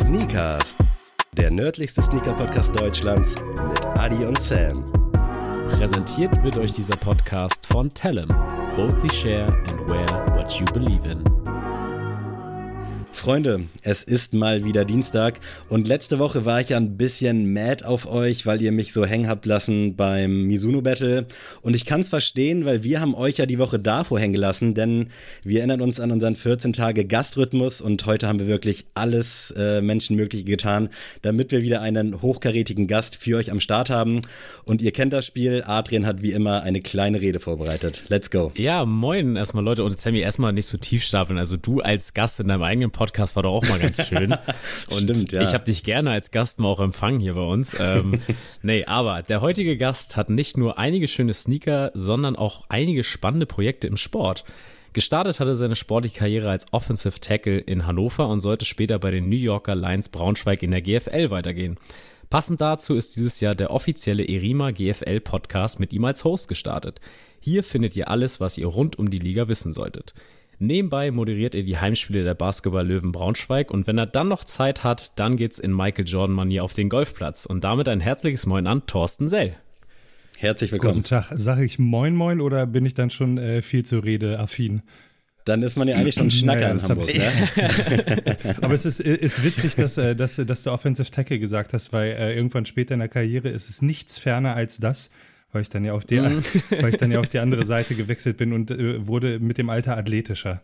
Sneakers, der nördlichste Sneaker-Podcast Deutschlands mit Adi und Sam. Präsentiert wird euch dieser Podcast von Tellem. Boldly share and wear what you believe in. Freunde, es ist mal wieder Dienstag und letzte Woche war ich ja ein bisschen mad auf euch, weil ihr mich so hängen habt lassen beim Mizuno Battle und ich kann es verstehen, weil wir haben euch ja die Woche davor hängen gelassen, denn wir erinnern uns an unseren 14 Tage Gastrhythmus und heute haben wir wirklich alles Menschenmögliche getan, damit wir wieder einen hochkarätigen Gast für euch am Start haben und ihr kennt das Spiel, Adrian hat wie immer eine kleine Rede vorbereitet. Let's go. Ja, moin erstmal Leute und Sammy, erstmal nicht so tief stapeln, also du als Gast in deinem eigenen Podcast war doch auch mal ganz schön. Und stimmt, ja. Ich habe dich gerne als Gast mal auch empfangen hier bei uns. Nee, aber der heutige Gast hat nicht nur einige schöne Sneaker, sondern auch einige spannende Projekte im Sport. Gestartet hat er seine sportliche Karriere als Offensive Tackle in Hannover und sollte später bei den New Yorker Lions Braunschweig in der GFL weitergehen. Passend dazu ist dieses Jahr der offizielle ERIMA GFL Podcast mit ihm als Host gestartet. Hier findet ihr alles, was ihr rund um die Liga wissen solltet. Nebenbei moderiert er die Heimspiele der Basketball-Löwen Braunschweig und wenn er dann noch Zeit hat, dann geht's in Michael Jordan-Manier auf den Golfplatz. Und damit ein herzliches Moin an Thorsten Sell. Herzlich willkommen. Guten Tag. Sage ich Moin Moin oder bin ich dann schon viel zu redeaffin? Dann ist man ja eigentlich schon Schnacker in Hamburg, ne? Aber es ist witzig, dass du Offensive Tackle gesagt hast, weil irgendwann später in der Karriere ist es nichts ferner als das, weil ich dann ja auf die andere Seite gewechselt bin und wurde mit dem Alter athletischer.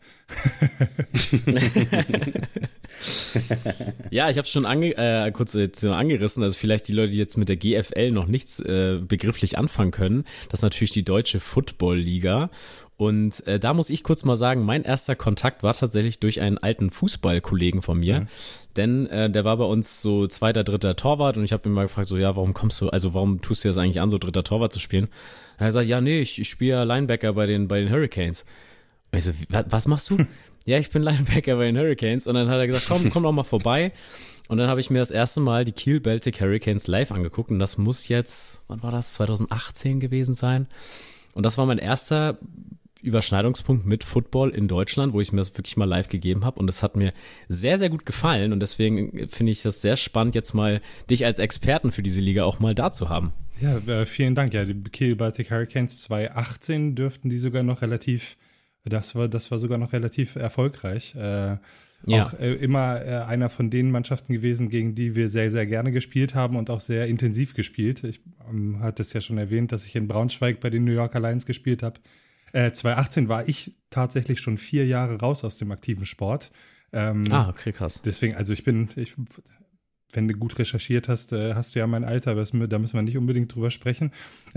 Ja, ich habe es schon kurz jetzt angerissen, also vielleicht die Leute, die jetzt mit der GFL noch nichts begrifflich anfangen können, das ist natürlich die Deutsche Football-Liga. Und da muss ich kurz mal sagen, mein erster Kontakt war tatsächlich durch einen alten Fußballkollegen von mir, denn der war bei uns so zweiter, dritter Torwart und ich habe ihn mal gefragt, so ja, warum tust du das eigentlich an, so dritter Torwart zu spielen? Und er sagt, ja, nee, ich spiele ja Linebacker bei den Hurricanes. Und ich so, was machst du? Ja, ich bin Linebacker bei den Hurricanes und dann hat er gesagt, komm doch mal vorbei. Und dann habe ich mir das erste Mal die Kiel Baltic Hurricanes live angeguckt und das muss jetzt, wann war das, 2018 gewesen sein? Und das war mein erster Überschneidungspunkt mit Football in Deutschland, wo ich mir das wirklich mal live gegeben habe und es hat mir sehr, sehr gut gefallen und deswegen finde ich das sehr spannend, jetzt mal dich als Experten für diese Liga auch mal da zu haben. Ja, vielen Dank. Ja, die Kiel Baltic Hurricanes 2018 dürften die sogar noch relativ, das war sogar noch relativ erfolgreich. Auch immer einer von den Mannschaften gewesen, gegen die wir sehr, sehr gerne gespielt haben und auch sehr intensiv gespielt. Ich hatte es ja schon erwähnt, dass ich in Braunschweig bei den New Yorker Lions gespielt habe. 2018 war ich tatsächlich schon 4 Jahre raus aus dem aktiven Sport. Okay, krass. Deswegen, also wenn du gut recherchiert hast, hast du ja mein Alter, da müssen wir nicht unbedingt drüber sprechen.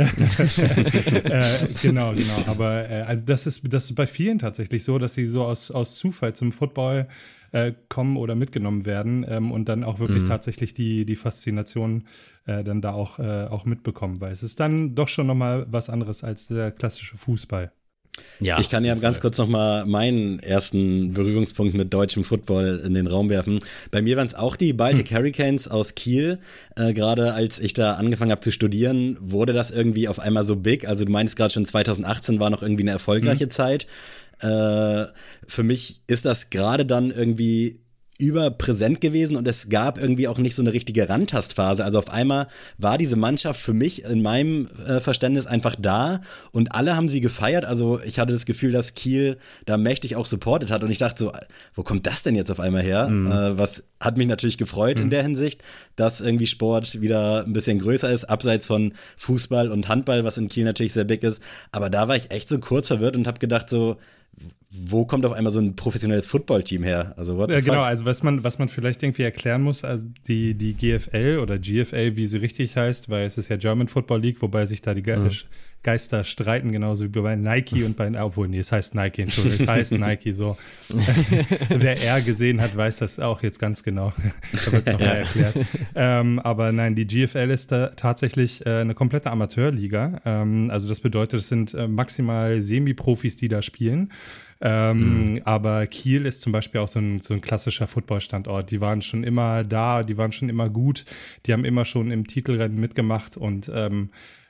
Genau. Aber also das ist bei vielen tatsächlich so, dass sie so aus Zufall zum Football kommen oder mitgenommen werden und dann auch wirklich tatsächlich die Faszination dann da auch mitbekommen, weil es ist dann doch schon nochmal was anderes als der klassische Fußball. Ja, ich kann ja ganz kurz nochmal meinen ersten Berührungspunkt mit deutschem Football in den Raum werfen. Bei mir waren es auch die Baltic Hurricanes aus Kiel. Gerade als ich da angefangen habe zu studieren, wurde das irgendwie auf einmal so big. Also du meinst gerade schon 2018 war noch irgendwie eine erfolgreiche Zeit. Für mich ist das gerade dann irgendwie überpräsent gewesen und es gab irgendwie auch nicht so eine richtige Rantastphase. Also auf einmal war diese Mannschaft für mich in meinem Verständnis einfach da und alle haben sie gefeiert. Also ich hatte das Gefühl, dass Kiel da mächtig auch supportet hat und ich dachte so, wo kommt das denn jetzt auf einmal her? Was hat mich natürlich gefreut in der Hinsicht, dass irgendwie Sport wieder ein bisschen größer ist, abseits von Fußball und Handball, was in Kiel natürlich sehr big ist. Aber da war ich echt so kurz verwirrt und habe gedacht so, wo kommt auf einmal so ein professionelles Footballteam her? Also what the fuck? Genau, also was man vielleicht irgendwie erklären muss, also die GFL oder GFL, wie sie richtig heißt, weil es ist ja German Football League, wobei sich da die Geister streiten, genauso wie bei Nike und es heißt Nike, Entschuldigung, es heißt Nike so. Wer R gesehen hat, weiß das auch jetzt ganz genau. Da wird es noch mal erklärt. Aber nein, die GFL ist da tatsächlich eine komplette Amateurliga. Also das bedeutet, es sind maximal Semi-Profis, die da spielen. Aber Kiel ist zum Beispiel auch so ein klassischer Footballstandort. Die waren schon immer da, die waren schon immer gut, die haben immer schon im Titelrennen mitgemacht und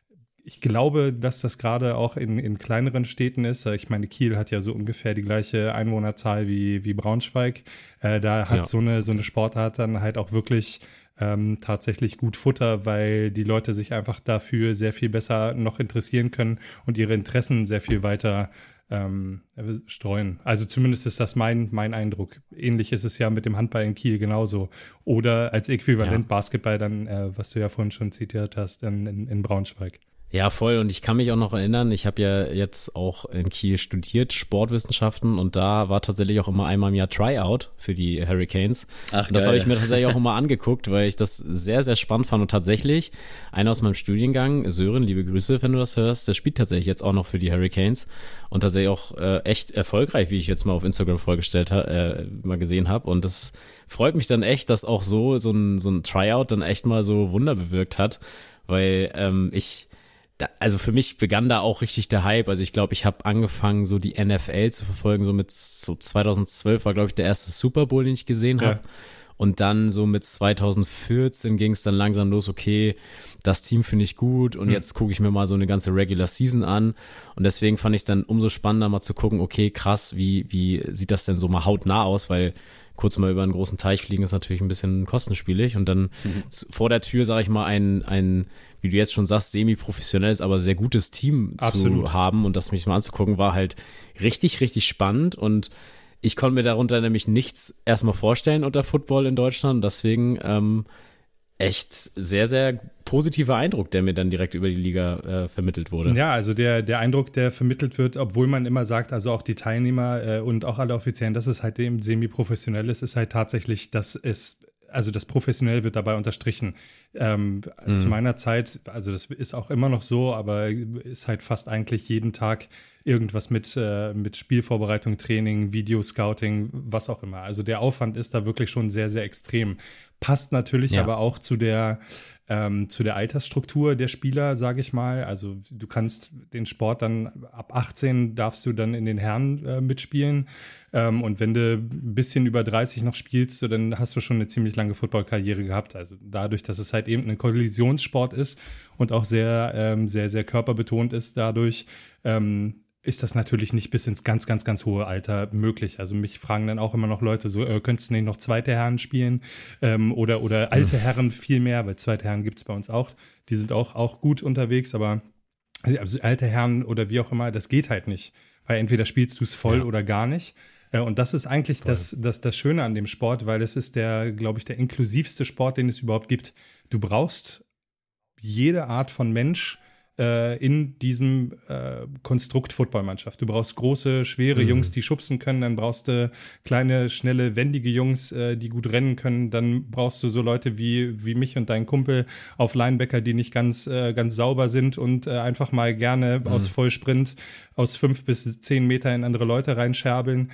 ich glaube, dass das gerade auch in kleineren Städten ist. Ich meine, Kiel hat ja so ungefähr die gleiche Einwohnerzahl wie Braunschweig. Da hat so eine Sportart dann halt auch wirklich tatsächlich gut Futter, weil die Leute sich einfach dafür sehr viel besser noch interessieren können und ihre Interessen sehr viel weiter streuen. Also zumindest ist das mein Eindruck. Ähnlich ist es ja mit dem Handball in Kiel genauso. Oder als Äquivalent Basketball dann, was du ja vorhin schon zitiert hast, in Braunschweig. Ja, voll. Und ich kann mich auch noch erinnern, ich habe ja jetzt auch in Kiel studiert, Sportwissenschaften, und da war tatsächlich auch immer einmal im Jahr Tryout für die Hurricanes. Ach, und das habe ich mir tatsächlich auch immer angeguckt, weil ich das sehr, sehr spannend fand. Und tatsächlich, einer aus meinem Studiengang, Sören, liebe Grüße, wenn du das hörst, der spielt tatsächlich jetzt auch noch für die Hurricanes und tatsächlich auch echt erfolgreich, wie ich jetzt mal auf Instagram mal gesehen habe. Und das freut mich dann echt, dass auch so ein Tryout dann echt mal so Wunder bewirkt hat, weil also für mich begann da auch richtig der Hype. Also ich glaube, ich habe angefangen, so die NFL zu verfolgen. So 2012 war, glaube ich, der erste Super Bowl, den ich gesehen habe. Ja. Und dann so mit 2014 ging es dann langsam los, okay, das Team finde ich gut und jetzt gucke ich mir mal so eine ganze Regular Season an. Und deswegen fand ich es dann umso spannender, mal zu gucken, okay, krass, wie sieht das denn so mal hautnah aus? Weil kurz mal über einen großen Teich fliegen ist natürlich ein bisschen kostenspielig. Und dann vor der Tür, sage ich mal, ein wie du jetzt schon sagst, semi-professionelles, aber sehr gutes Team zu haben und das mich mal anzugucken, war halt richtig, richtig spannend. Und ich konnte mir darunter nämlich nichts erstmal vorstellen unter Football in Deutschland. Deswegen echt sehr, sehr positiver Eindruck, der mir dann direkt über die Liga vermittelt wurde. Ja, also der Eindruck, der vermittelt wird, obwohl man immer sagt, also auch die Teilnehmer und auch alle Offiziellen, dass es halt eben semi-professionell ist halt tatsächlich, dass es, also das professionell wird dabei unterstrichen. Zu meiner Zeit, also das ist auch immer noch so, aber ist halt fast eigentlich jeden Tag irgendwas mit Spielvorbereitung, Training, Videoscouting, was auch immer. Also der Aufwand ist da wirklich schon sehr, sehr extrem. Passt natürlich aber auch zu der Altersstruktur der Spieler, sage ich mal. Also du kannst den Sport dann ab 18 darfst du dann in den Herren mitspielen. Und wenn du ein bisschen über 30 noch spielst, so, dann hast du schon eine ziemlich lange Footballkarriere gehabt. Also dadurch, dass es halt eben ein Kollisionssport ist und auch sehr, sehr, sehr körperbetont ist dadurch, ist das natürlich nicht bis ins ganz, ganz, ganz hohe Alter möglich. Also mich fragen dann auch immer noch Leute so, könntest du nicht noch zweite Herren spielen oder alte Herren viel mehr, weil zweite Herren gibt es bei uns auch. Die sind auch gut unterwegs, aber also alte Herren oder wie auch immer, das geht halt nicht, weil entweder spielst du es voll oder gar nicht. Und das ist eigentlich das Schöne an dem Sport, weil es ist glaube ich, der inklusivste Sport, den es überhaupt gibt. Du brauchst jede Art von Mensch in diesem Konstrukt Footballmannschaft. Du brauchst große, schwere Jungs, die schubsen können, dann brauchst du kleine, schnelle, wendige Jungs, die gut rennen können, dann brauchst du so Leute wie mich und deinen Kumpel auf Linebacker, die nicht ganz sauber sind und einfach mal gerne aus Vollsprint aus 5 bis 10 Meter in andere Leute reinscherbeln.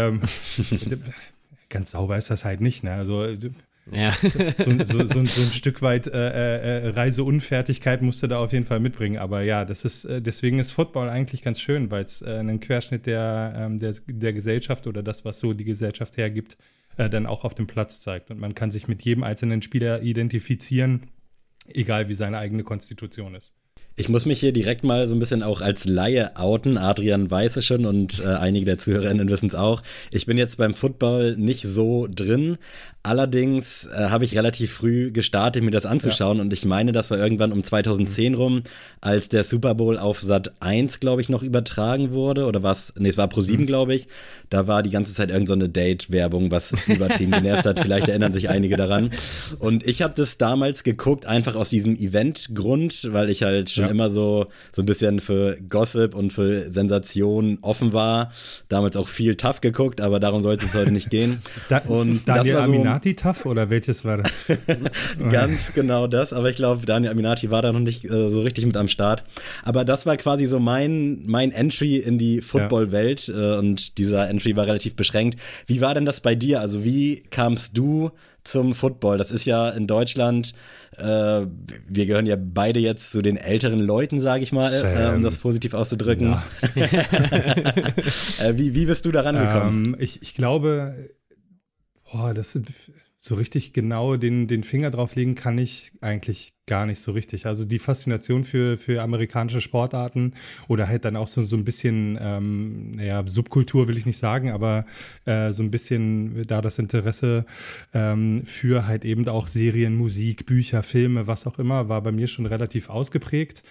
Ganz sauber ist das halt nicht, ne? Also ja. so ein Stück weit Reiseunfertigkeit musst du da auf jeden Fall mitbringen. Aber ja, deswegen ist Football eigentlich ganz schön, weil es einen Querschnitt der Gesellschaft oder das, was so die Gesellschaft hergibt, dann auch auf dem Platz zeigt. Und man kann sich mit jedem einzelnen Spieler identifizieren, egal wie seine eigene Konstitution ist. Ich muss mich hier direkt mal so ein bisschen auch als Laie outen. Adrian weiß es schon und einige der ZuhörerInnen wissen es auch. Ich bin jetzt beim Football nicht so drin. Allerdings habe ich relativ früh gestartet, mir das anzuschauen. Und ich meine, das war irgendwann um 2010 rum, als der Super Bowl auf Sat 1, glaube ich, noch übertragen wurde. Oder was? Nee, es war Pro7, glaube ich. Da war die ganze Zeit irgend so eine Date-Werbung, was übertrieben genervt hat. Vielleicht erinnern sich einige daran. Und ich habe das damals geguckt, einfach aus diesem Event-Grund, weil ich halt schon immer so ein bisschen für Gossip und für Sensation offen war. Damals auch viel Tough geguckt, aber darum soll es jetzt heute nicht gehen. Und Daniel Aminati Tough oder welches war das? Ganz genau das, aber ich glaube, Daniel Aminati war da noch nicht so richtig mit am Start. Aber das war quasi so mein Entry in die Football-Welt und dieser Entry war relativ beschränkt. Wie war denn das bei dir? Also wie kamst du zum Football? Das ist ja in Deutschland, wir gehören ja beide jetzt zu den älteren Leuten, sage ich mal, um das positiv auszudrücken. Ja. Wie bist du da rangekommen? Ich glaube, Das sind so richtig genau den Finger drauflegen kann ich eigentlich gar nicht so richtig. Also die Faszination für amerikanische Sportarten oder halt dann auch so ein bisschen, Subkultur will ich nicht sagen, aber so ein bisschen da das Interesse für halt eben auch Serien, Musik, Bücher, Filme, was auch immer, war bei mir schon relativ ausgeprägt.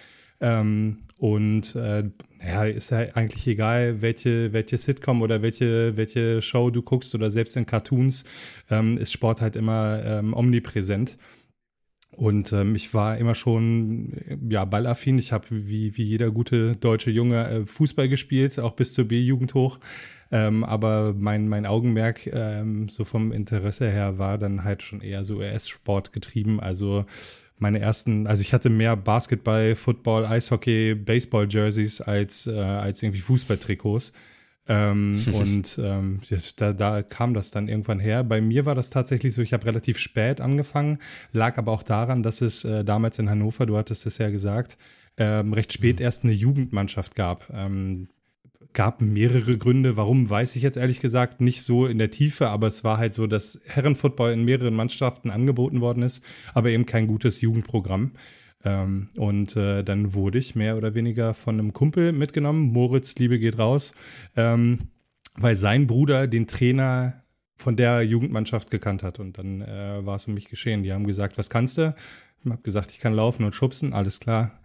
Ist ja eigentlich egal, welche Sitcom oder welche Show du guckst oder selbst in Cartoons, ist Sport halt immer omnipräsent. Und ich war immer schon ballaffin. Ich habe wie jeder gute deutsche Junge Fußball gespielt, auch bis zur B-Jugend hoch. Aber mein Augenmerk so vom Interesse her war dann halt schon eher so US-Sport getrieben. Also ich hatte mehr Basketball, Football, Eishockey, Baseball-Jerseys als irgendwie Fußballtrikots. Da kam das dann irgendwann her. Bei mir war das tatsächlich so, ich habe relativ spät angefangen, lag aber auch daran, dass es damals in Hannover, du hattest es ja gesagt, recht spät erst eine Jugendmannschaft gab. Gab mehrere Gründe, warum, weiß ich jetzt ehrlich gesagt nicht so in der Tiefe, aber es war halt so, dass Herrenfootball in mehreren Mannschaften angeboten worden ist, aber eben kein gutes Jugendprogramm. Dann wurde ich mehr oder weniger von einem Kumpel mitgenommen, Moritz, Liebe geht raus, weil sein Bruder den Trainer von der Jugendmannschaft gekannt hat und dann war es um mich geschehen. Die haben gesagt, was kannst du? Ich habe gesagt, ich kann laufen und schubsen, alles klar.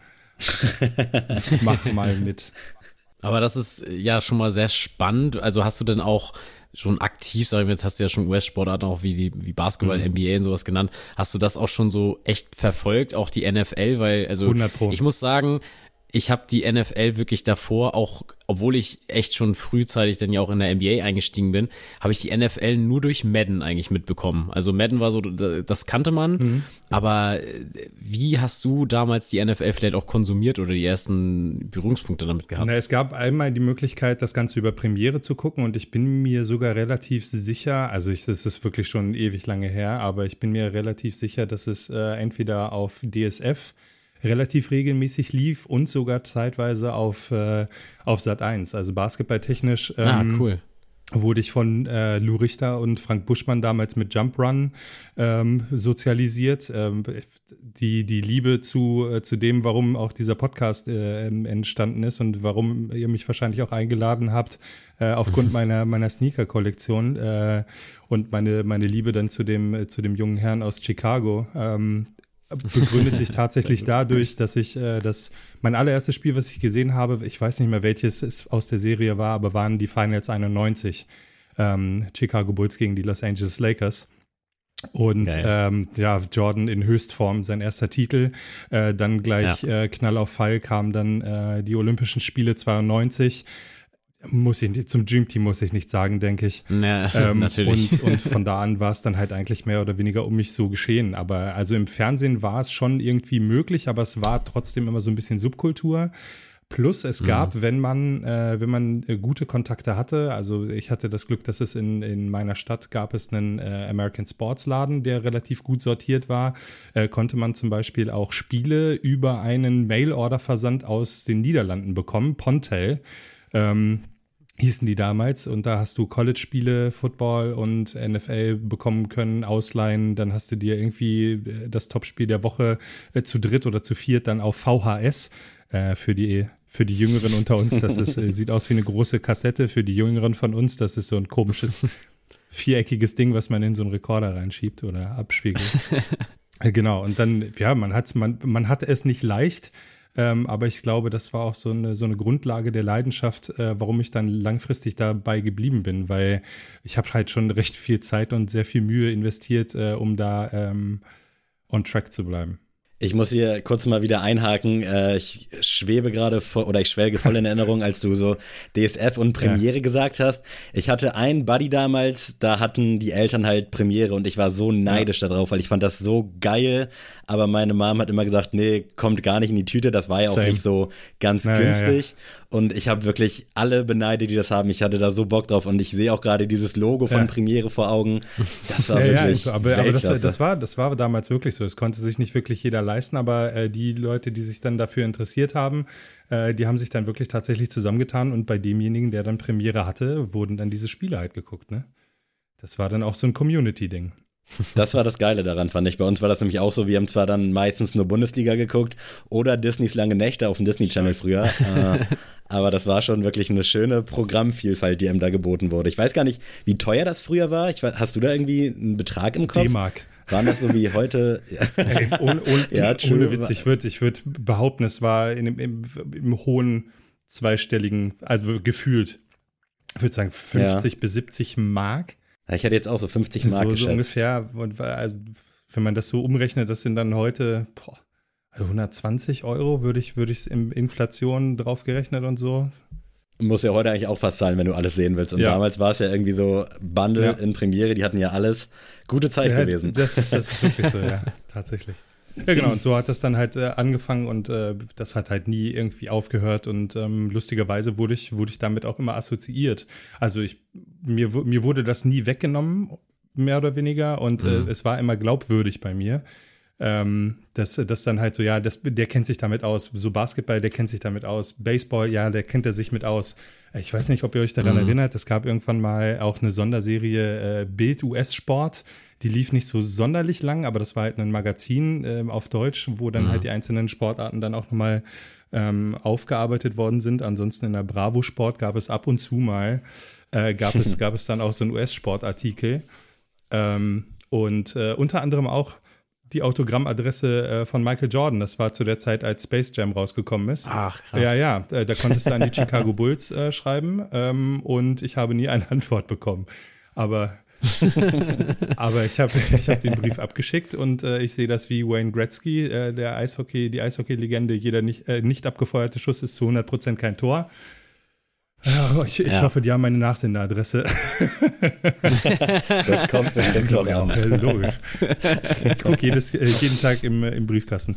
Mach mal mit. Aber das ist ja schon mal sehr spannend. Also hast du denn auch schon aktiv, sag ich mal, jetzt hast du ja schon US-Sportarten auch wie Basketball, NBA und sowas genannt. Hast du das auch schon so echt verfolgt, auch die NFL? Weil, also 100%. Ich muss sagen, ich habe die NFL wirklich davor, auch obwohl ich echt schon frühzeitig dann ja auch in der NBA eingestiegen bin, habe ich die NFL nur durch Madden eigentlich mitbekommen. Also Madden war so, das kannte man, aber wie hast du damals die NFL vielleicht auch konsumiert oder die ersten Berührungspunkte damit gehabt? Es gab einmal die Möglichkeit, das Ganze über Premiere zu gucken und ich bin mir sogar relativ sicher, das ist wirklich schon ewig lange her, aber ich bin mir relativ sicher, dass es entweder auf DSF relativ regelmäßig lief und sogar zeitweise auf Sat.1. Also basketballtechnisch cool. Wurde ich von Lou Richter und Frank Buschmann damals mit Jump Run sozialisiert. Die Liebe zu dem, warum auch dieser Podcast entstanden ist und warum ihr mich wahrscheinlich auch eingeladen habt, aufgrund meiner Sneaker-Kollektion und meine Liebe dann zu dem jungen Herrn aus Chicago, begründet sich tatsächlich dadurch, dass mein allererstes Spiel, was ich gesehen habe, ich weiß nicht mehr, welches es aus der Serie war, aber waren die Finals 91. Chicago Bulls gegen die Los Angeles Lakers. Und Jordan in Höchstform, sein erster Titel. Dann gleich Knall auf Fall kamen dann die Olympischen Spiele 92. Zum Dream Team muss ich nicht sagen, denke ich. Ja, natürlich. Und von da an war es dann halt eigentlich mehr oder weniger um mich so geschehen. Aber also im Fernsehen war es schon irgendwie möglich, aber es war trotzdem immer so ein bisschen Subkultur. Plus es gab, wenn man gute Kontakte hatte, also ich hatte das Glück, dass es in meiner Stadt gab es einen American Sports Laden, der relativ gut sortiert war, konnte man zum Beispiel auch Spiele über einen Mail-Order-Versand aus den Niederlanden bekommen, Pontel. Hießen die damals und da hast du College-Spiele, Football und NFL bekommen können, ausleihen, dann hast du dir irgendwie das Topspiel der Woche zu dritt oder zu viert dann auf VHS für die Jüngeren unter uns, das sieht aus wie eine große Kassette, für die Jüngeren von uns, das ist so ein komisches viereckiges Ding, was man in so einen Rekorder reinschiebt oder abspiegelt. Genau, und dann, man hatte es nicht leicht, aber ich glaube, das war auch so eine Grundlage der Leidenschaft, warum ich dann langfristig dabei geblieben bin, weil ich habe halt schon recht viel Zeit und sehr viel Mühe investiert, um da on track zu bleiben. Ich muss hier kurz mal wieder einhaken. Ich schwelge voll in Erinnerung, als du so DSF und Premiere gesagt hast. Ich hatte einen Buddy damals, da hatten die Eltern halt Premiere und ich war so neidisch darauf, weil ich fand das so geil. Aber meine Mom hat immer gesagt, nee, kommt gar nicht in die Tüte. Das war ja auch nicht so ganz günstig. Und ich habe wirklich alle beneidet, die das haben. Ich hatte da so Bock drauf und ich sehe auch gerade dieses Logo von Premiere vor Augen. Das war wirklich aber das war damals wirklich so. Es konnte sich nicht wirklich jeder leisten, aber die Leute, die sich dann dafür interessiert haben, die haben sich dann wirklich tatsächlich zusammengetan und bei demjenigen, der dann Premiere hatte, wurden dann diese Spiele halt geguckt, ne? Das war dann auch so ein Community-Ding. Das war das Geile daran, fand ich. Bei uns war das nämlich auch so, wir haben zwar dann meistens nur Bundesliga geguckt oder Disneys lange Nächte auf dem Disney Channel früher, aber das war schon wirklich eine schöne Programmvielfalt, die einem da geboten wurde. Ich weiß gar nicht, wie teuer das früher war. Hast du da irgendwie einen Betrag im Kopf? D-Mark. Waren das so wie heute? Ey, ohne Witz, ich würd behaupten, es war im hohen zweistelligen, also gefühlt, ich würde sagen 50 bis 70 Mark. Ich hätte jetzt auch so 50 Mark geschätzt. So ungefähr. Und also, wenn man das so umrechnet, das sind dann heute 120 Euro, würde ich es in Inflation draufgerechnet und so. Muss ja heute eigentlich auch fast zahlen, wenn du alles sehen willst. Und damals war es ja irgendwie so Bundle in Premiere, die hatten ja alles. Gute Zeit gewesen. Das ist wirklich so, ja, tatsächlich. Ja, genau, und so hat das dann halt angefangen und das hat halt nie irgendwie aufgehört und lustigerweise wurde ich damit auch immer assoziiert. Also mir wurde das nie weggenommen, mehr oder weniger, und es war immer glaubwürdig bei mir. Das dann halt so, ja, der kennt sich damit aus. So Basketball, der kennt sich damit aus. Baseball, ja, der kennt er sich mit aus. Ich weiß nicht, ob ihr euch daran erinnert, es gab irgendwann mal auch eine Sonderserie Bild US-Sport. Die lief nicht so sonderlich lang, aber das war halt ein Magazin auf Deutsch, wo dann halt die einzelnen Sportarten dann auch nochmal aufgearbeitet worden sind. Ansonsten in der Bravo-Sport gab es ab und zu mal, gab es dann auch so einen US-Sportartikel. Und unter anderem auch die Autogrammadresse von Michael Jordan. Das war zu der Zeit, als Space Jam rausgekommen ist. Ach, krass. Ja, da konntest du an die Chicago Bulls schreiben und ich habe nie eine Antwort bekommen. Aber ich hab den Brief abgeschickt und ich sehe das wie Wayne Gretzky, die Eishockey-Legende. Jeder nicht abgefeuerte Schuss ist zu 100% kein Tor. Ich hoffe, die haben meine Nachsenderadresse. Das kommt bestimmt noch an. Logisch. Ich gucke jeden Tag im Briefkasten.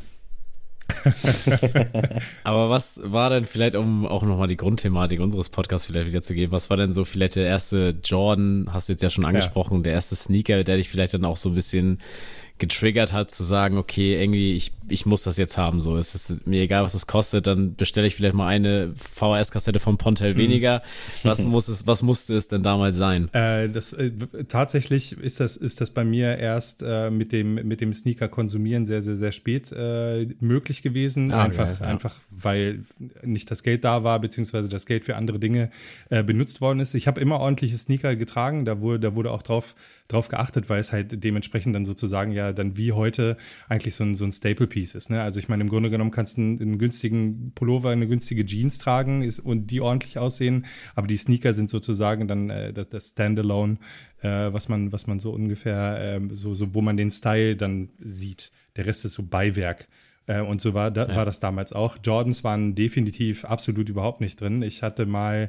Aber was war denn vielleicht, um auch nochmal die Grundthematik unseres Podcasts vielleicht wiederzugeben, was war denn so vielleicht der erste Jordan, hast du jetzt ja schon angesprochen, der erste Sneaker, der dich vielleicht dann auch so ein bisschen getriggert hat, zu sagen, okay, irgendwie, ich muss das jetzt haben, so, es ist mir egal, was es kostet, dann bestelle ich vielleicht mal eine VHS-Kassette von Pontel weniger. Was musste es denn damals sein? Tatsächlich ist das bei mir erst mit dem Sneaker konsumieren sehr, sehr, sehr spät möglich gewesen. Einfach, weil nicht das Geld da war, beziehungsweise das Geld für andere Dinge benutzt worden ist. Ich habe immer ordentliche Sneaker getragen, da wurde auch drauf geachtet, weil es halt dementsprechend dann sozusagen ja dann wie heute eigentlich so ein Staple-Piece ist. Ne? Also ich meine, im Grunde genommen kannst du einen günstigen Pullover, eine günstige Jeans tragen und die ordentlich aussehen, aber die Sneaker sind sozusagen dann das Standalone, was man so ungefähr, so wo man den Style dann sieht. Der Rest ist so Beiwerk. Und so war das damals auch. Jordans waren definitiv absolut überhaupt nicht drin. Ich hatte mal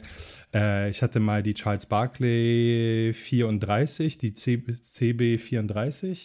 die Charles Barkley 34, die CB 34.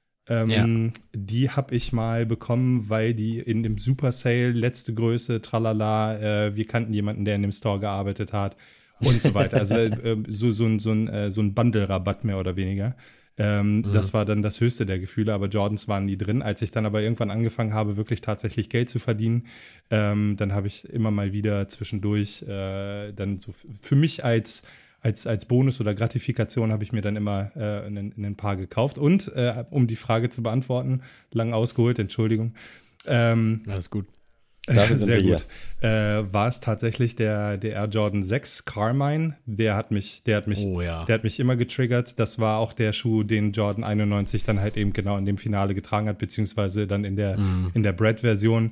Die habe ich mal bekommen, weil die in dem Super Sale, letzte Größe, tralala, wir kannten jemanden, der in dem Store gearbeitet hat und so weiter. Also so ein Bundle-Rabatt mehr oder weniger. Das war dann das höchste der Gefühle, aber Jordans waren nie drin. Als ich dann aber irgendwann angefangen habe, wirklich tatsächlich Geld zu verdienen, dann habe ich immer mal wieder zwischendurch dann so für mich als Bonus oder Gratifikation habe ich mir dann immer ein paar gekauft. Und um die Frage zu beantworten, lang ausgeholt, Entschuldigung. Alles gut. Dafür sind sehr wir gut. War es tatsächlich der Air Jordan 6 Carmine. Der hat mich immer getriggert. Das war auch der Schuh, den Jordan 91 dann halt eben genau in dem Finale getragen hat, beziehungsweise dann in der Bread-Version.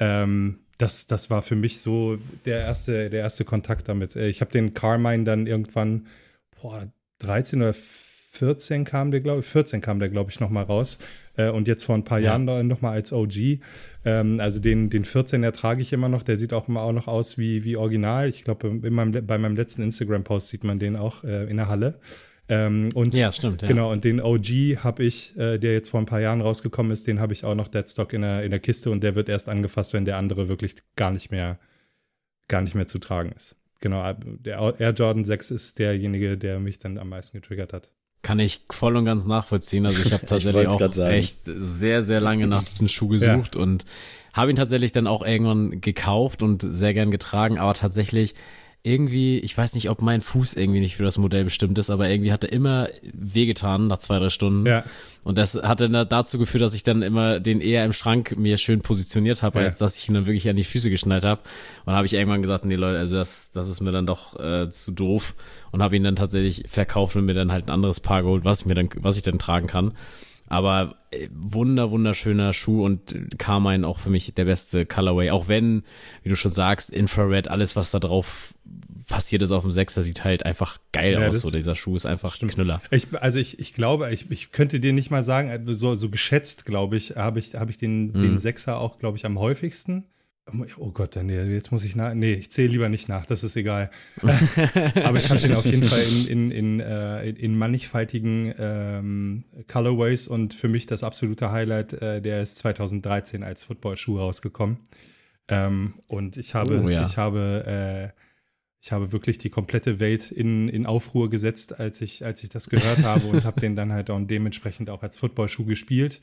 Das war für mich so der erste Kontakt damit. Ich habe den Carmine dann irgendwann 13 oder 14 kam der, glaube ich, nochmal raus. Und jetzt vor ein paar Jahren nochmal als OG. Also den 14er trage ich immer noch. Der sieht auch immer noch aus wie original. Ich glaube, bei meinem letzten Instagram-Post sieht man den auch in der Halle. Ja, stimmt. Ja. Genau, und den OG habe ich, der jetzt vor ein paar Jahren rausgekommen ist, den habe ich auch noch Deadstock in der Kiste und der wird erst angefasst, wenn der andere wirklich gar nicht mehr zu tragen ist. Genau, der Air Jordan 6 ist derjenige, der mich dann am meisten getriggert hat. Kann ich voll und ganz nachvollziehen. Also ich habe tatsächlich auch echt sehr, sehr lange nach diesem Schuh gesucht und habe ihn tatsächlich dann auch irgendwann gekauft und sehr gern getragen. Aber tatsächlich, irgendwie, ich weiß nicht, ob mein Fuß irgendwie nicht für das Modell bestimmt ist, aber irgendwie hat er immer wehgetan nach 2-3 Stunden. Ja. Und das hat dann dazu geführt, dass ich dann immer den eher im Schrank mir schön positioniert habe, als dass ich ihn dann wirklich an die Füße geschnallt habe. Und habe ich irgendwann gesagt, nee Leute, also das ist mir dann doch zu doof, und habe ihn dann tatsächlich verkauft und mir dann halt ein anderes Paar geholt, was ich dann tragen kann. Aber wunderschöner Schuh, und Carmine auch für mich der beste Colorway. Auch wenn, wie du schon sagst, Infrared, alles was da drauf passiert ist auf dem Sechser, sieht halt einfach geil aus. So, dieser Schuh ist einfach ein Knüller. Ich glaube, ich könnte dir nicht mal sagen, so geschätzt, glaube ich, habe ich den Sechser auch, glaube ich, am häufigsten. Oh Gott, nee, jetzt muss ich ich zähle lieber nicht nach, das ist egal. Aber ich habe den auf jeden Fall in mannigfaltigen Colorways, und für mich das absolute Highlight, der ist 2013 als Footballschuh rausgekommen. Und ich habe wirklich die komplette Welt in Aufruhr gesetzt, als ich das gehört habe, und habe den dann halt auch dementsprechend auch als Footballschuh gespielt.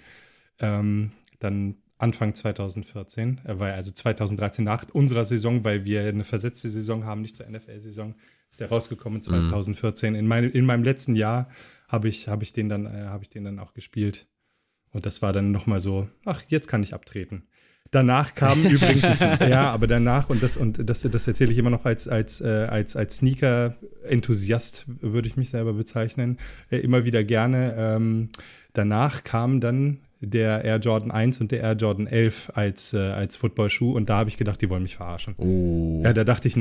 Dann Anfang 2014, also 2013 nach unserer Saison, weil wir eine versetzte Saison haben, nicht zur NFL-Saison, ist der rausgekommen 2014. In meinem letzten Jahr habe ich den dann auch gespielt. Und das war dann nochmal so, jetzt kann ich abtreten. Danach kam übrigens, aber danach, und das erzähle ich immer noch als Sneaker-Enthusiast, würde ich mich selber bezeichnen, immer wieder gerne. Danach kam dann der Air Jordan 1 und der Air Jordan 11 als Footballschuh, und da habe ich gedacht, die wollen mich verarschen. Oh. Ja, da dachte ich,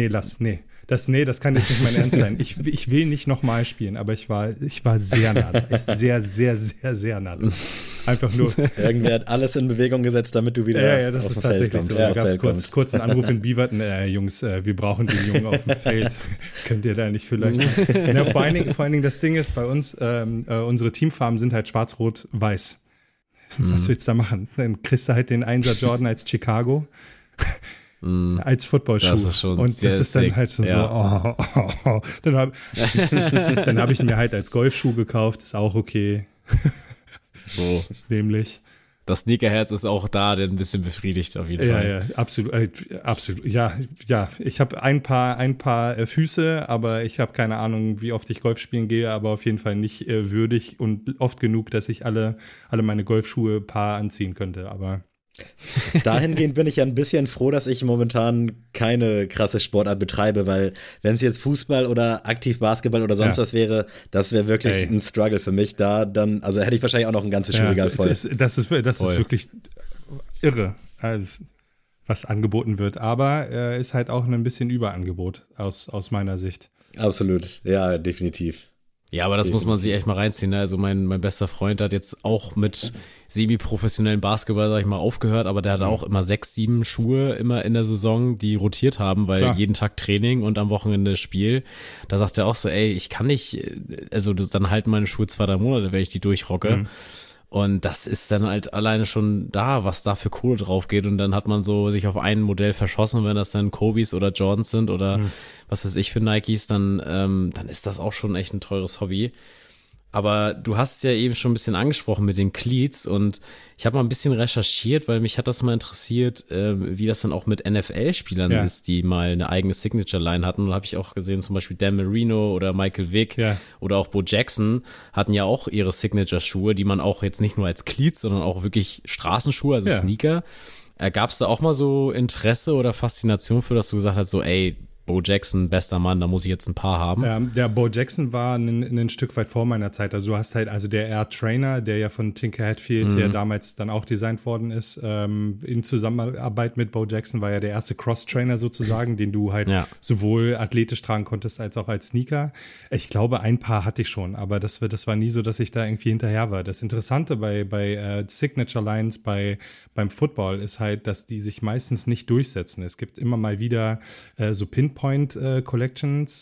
das kann jetzt nicht mein Ernst sein. Ich will nicht nochmal spielen, aber ich war sehr nah dran. Sehr, sehr, sehr, sehr nah dran. Einfach nur. Irgendwer hat alles in Bewegung gesetzt, damit du wieder Ja, das ist tatsächlich so. Da gab es kurz einen Anruf in Beaverton. Jungs, wir brauchen den Jungen auf dem Feld. Könnt ihr da nicht vielleicht? Vor allen Dingen, das Ding ist bei uns, unsere Teamfarben sind halt schwarz-rot-weiß. Was willst du da machen? Dann kriegst du halt den 1er Jordan als Chicago, als Footballschuh. Das ist schon und das ist dann halt so, Dann habe ich ihn mir halt als Golfschuh gekauft, ist auch okay. So. Nämlich. Das Sneakerherz ist auch da, der ein bisschen befriedigt auf jeden Fall. Ja, absolut. Ja, ich habe ein paar Füße, aber ich habe keine Ahnung, wie oft ich Golf spielen gehe, aber auf jeden Fall nicht würdig und oft genug, dass ich alle meine Golfschuhe paar anziehen könnte, aber dahingehend bin ich ja ein bisschen froh, dass ich momentan keine krasse Sportart betreibe, weil wenn es jetzt Fußball oder aktiv Basketball oder sonst was wäre, das wäre wirklich ein Struggle für mich. Also hätte ich wahrscheinlich auch noch ein ganzes Schuhregal voll. Das ist wirklich irre, was angeboten wird, aber ist halt auch ein bisschen Überangebot aus meiner Sicht. Absolut, ja, definitiv. Ja, aber das muss man sich echt mal reinziehen. Ne? Also mein bester Freund hat jetzt auch mit semi-professionellen Basketball, sag ich mal, aufgehört, aber der hat auch immer 6, 7 Schuhe immer in der Saison, die rotiert haben, weil jeden Tag Training und am Wochenende Spiel. Da sagt er auch so, ich kann nicht, also dann halten meine Schuhe 2, 3 Monate, wenn ich die durchrocke. Und das ist dann halt alleine schon da, was da für Kohle drauf geht. Und dann hat man so sich auf ein Modell verschossen, wenn das dann Kobis oder Jordans sind oder was weiß ich für Nikes, dann ist das auch schon echt ein teures Hobby. Aber du hast es ja eben schon ein bisschen angesprochen mit den Cleats, und ich habe mal ein bisschen recherchiert, weil mich hat das mal interessiert, wie das dann auch mit NFL-Spielern ist, die mal eine eigene Signature-Line hatten. Und da habe ich auch gesehen, zum Beispiel Dan Marino oder Michael Vick oder auch Bo Jackson hatten ja auch ihre Signature-Schuhe, die man auch jetzt nicht nur als Cleats, sondern auch wirklich Straßenschuhe, also Sneaker. Gab es da auch mal so Interesse oder Faszination für, dass du gesagt hast, so Bo Jackson, bester Mann, da muss ich jetzt ein paar haben. Der Bo Jackson war ein Stück weit vor meiner Zeit. Also du hast halt, der Air Trainer, der ja von Tinker Hatfield ja damals dann auch designt worden ist, in Zusammenarbeit mit Bo Jackson war ja der erste Cross-Trainer sozusagen, den du halt sowohl athletisch tragen konntest als auch als Sneaker. Ich glaube, ein paar hatte ich schon, aber das war nie so, dass ich da irgendwie hinterher war. Das Interessante bei Signature Lines beim Football ist halt, dass die sich meistens nicht durchsetzen. Es gibt immer mal wieder so Pinpoint Collections.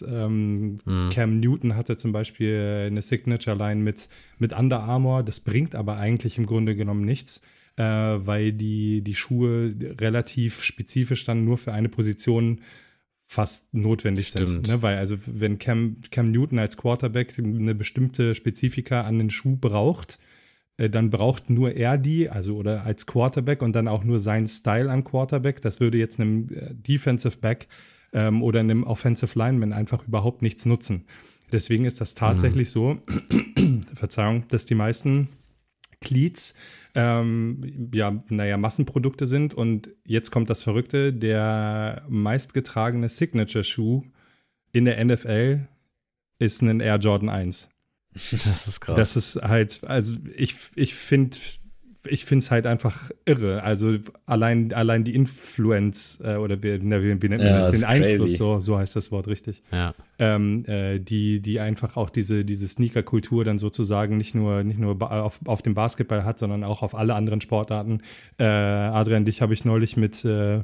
Cam Newton hatte zum Beispiel eine Signature-Line mit Under Armour. Das bringt aber eigentlich im Grunde genommen nichts, weil die Schuhe relativ spezifisch dann nur für eine Position fast notwendig sind. Ne? Weil also wenn Cam Newton als Quarterback eine bestimmte Spezifika an den Schuh braucht, dann braucht nur er die, also oder als Quarterback und dann auch nur sein Style an Quarterback. Das würde jetzt einem Defensive Back oder einem Offensive Lineman einfach überhaupt nichts nutzen. Deswegen ist das tatsächlich so, Verzeihung, dass die meisten Cleats Massenprodukte sind. Und jetzt kommt das Verrückte, der meistgetragene Signature-Schuh in der NFL ist ein Air Jordan 1. Das ist krass. Das ist halt, also ich finde es halt einfach irre. Also allein die Influence oder wie nennt man das? Den Einfluss, so heißt das Wort richtig. Ja. Die einfach auch diese Sneaker-Kultur dann sozusagen nicht nur auf dem Basketball hat, sondern auch auf alle anderen Sportarten. Adrian, dich habe ich neulich mit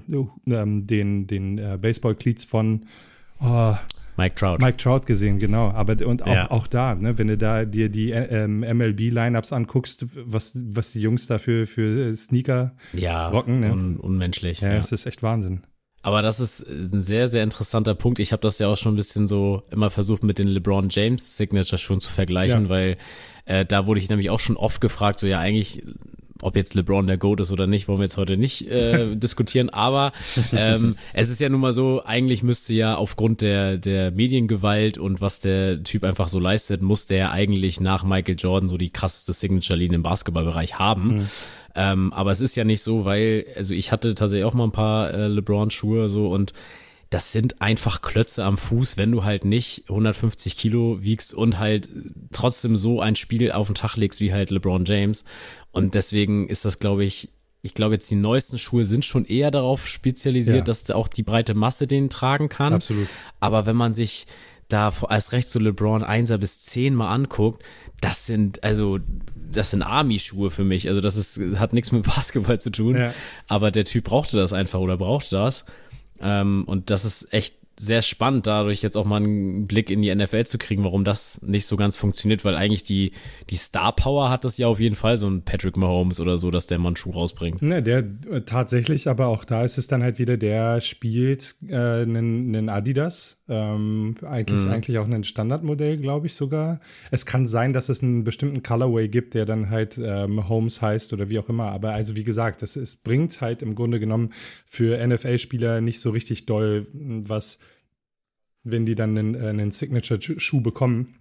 den Baseball-Cleats von Mike Trout gesehen, genau. Aber auch da, ne, wenn du da dir die MLB-Lineups anguckst, was die Jungs da für Sneaker rocken. Ne? Unmenschlich. Ja, das ist echt Wahnsinn. Aber das ist ein sehr, sehr interessanter Punkt. Ich habe das ja auch schon ein bisschen so immer versucht, mit den LeBron James Signature-Schuhen zu vergleichen, weil da wurde ich nämlich auch schon oft gefragt, so ja eigentlich, ob jetzt LeBron der GOAT ist oder nicht, wollen wir jetzt heute nicht diskutieren, aber es ist ja nun mal so, eigentlich müsste ja aufgrund der Mediengewalt und was der Typ einfach so leistet, muss der eigentlich nach Michael Jordan so die krasseste Signature-Linie im Basketballbereich haben. Aber es ist ja nicht so, weil, also ich hatte tatsächlich auch mal ein paar LeBron-Schuhe so und das sind einfach Klötze am Fuß, wenn du halt nicht 150 Kilo wiegst und halt trotzdem so ein Spiel auf den Tag legst wie halt LeBron James. Und deswegen ist das, glaube ich glaube jetzt die neuesten Schuhe sind schon eher darauf spezialisiert, dass auch die breite Masse den tragen kann. Absolut. Aber wenn man sich da als recht so LeBron 1er bis 10 mal anguckt, das sind Army-Schuhe für mich. Also hat nichts mit Basketball zu tun. Ja. Aber der Typ brauchte das einfach oder brauchte das. Und das ist echt sehr spannend, dadurch jetzt auch mal einen Blick in die NFL zu kriegen, warum das nicht so ganz funktioniert, weil eigentlich die Star Power hat das ja auf jeden Fall, so ein Patrick Mahomes oder so, dass der mal einen Schuh rausbringt. Ne, der tatsächlich, aber auch da ist es dann halt wieder, der spielt einen Adidas, eigentlich auch ein Standardmodell, glaube ich sogar. Es kann sein, dass es einen bestimmten Colorway gibt, der dann halt Mahomes heißt oder wie auch immer, aber also wie gesagt, es bringt halt im Grunde genommen für NFL-Spieler nicht so richtig doll was, wenn die dann einen Signature-Schuh bekommen,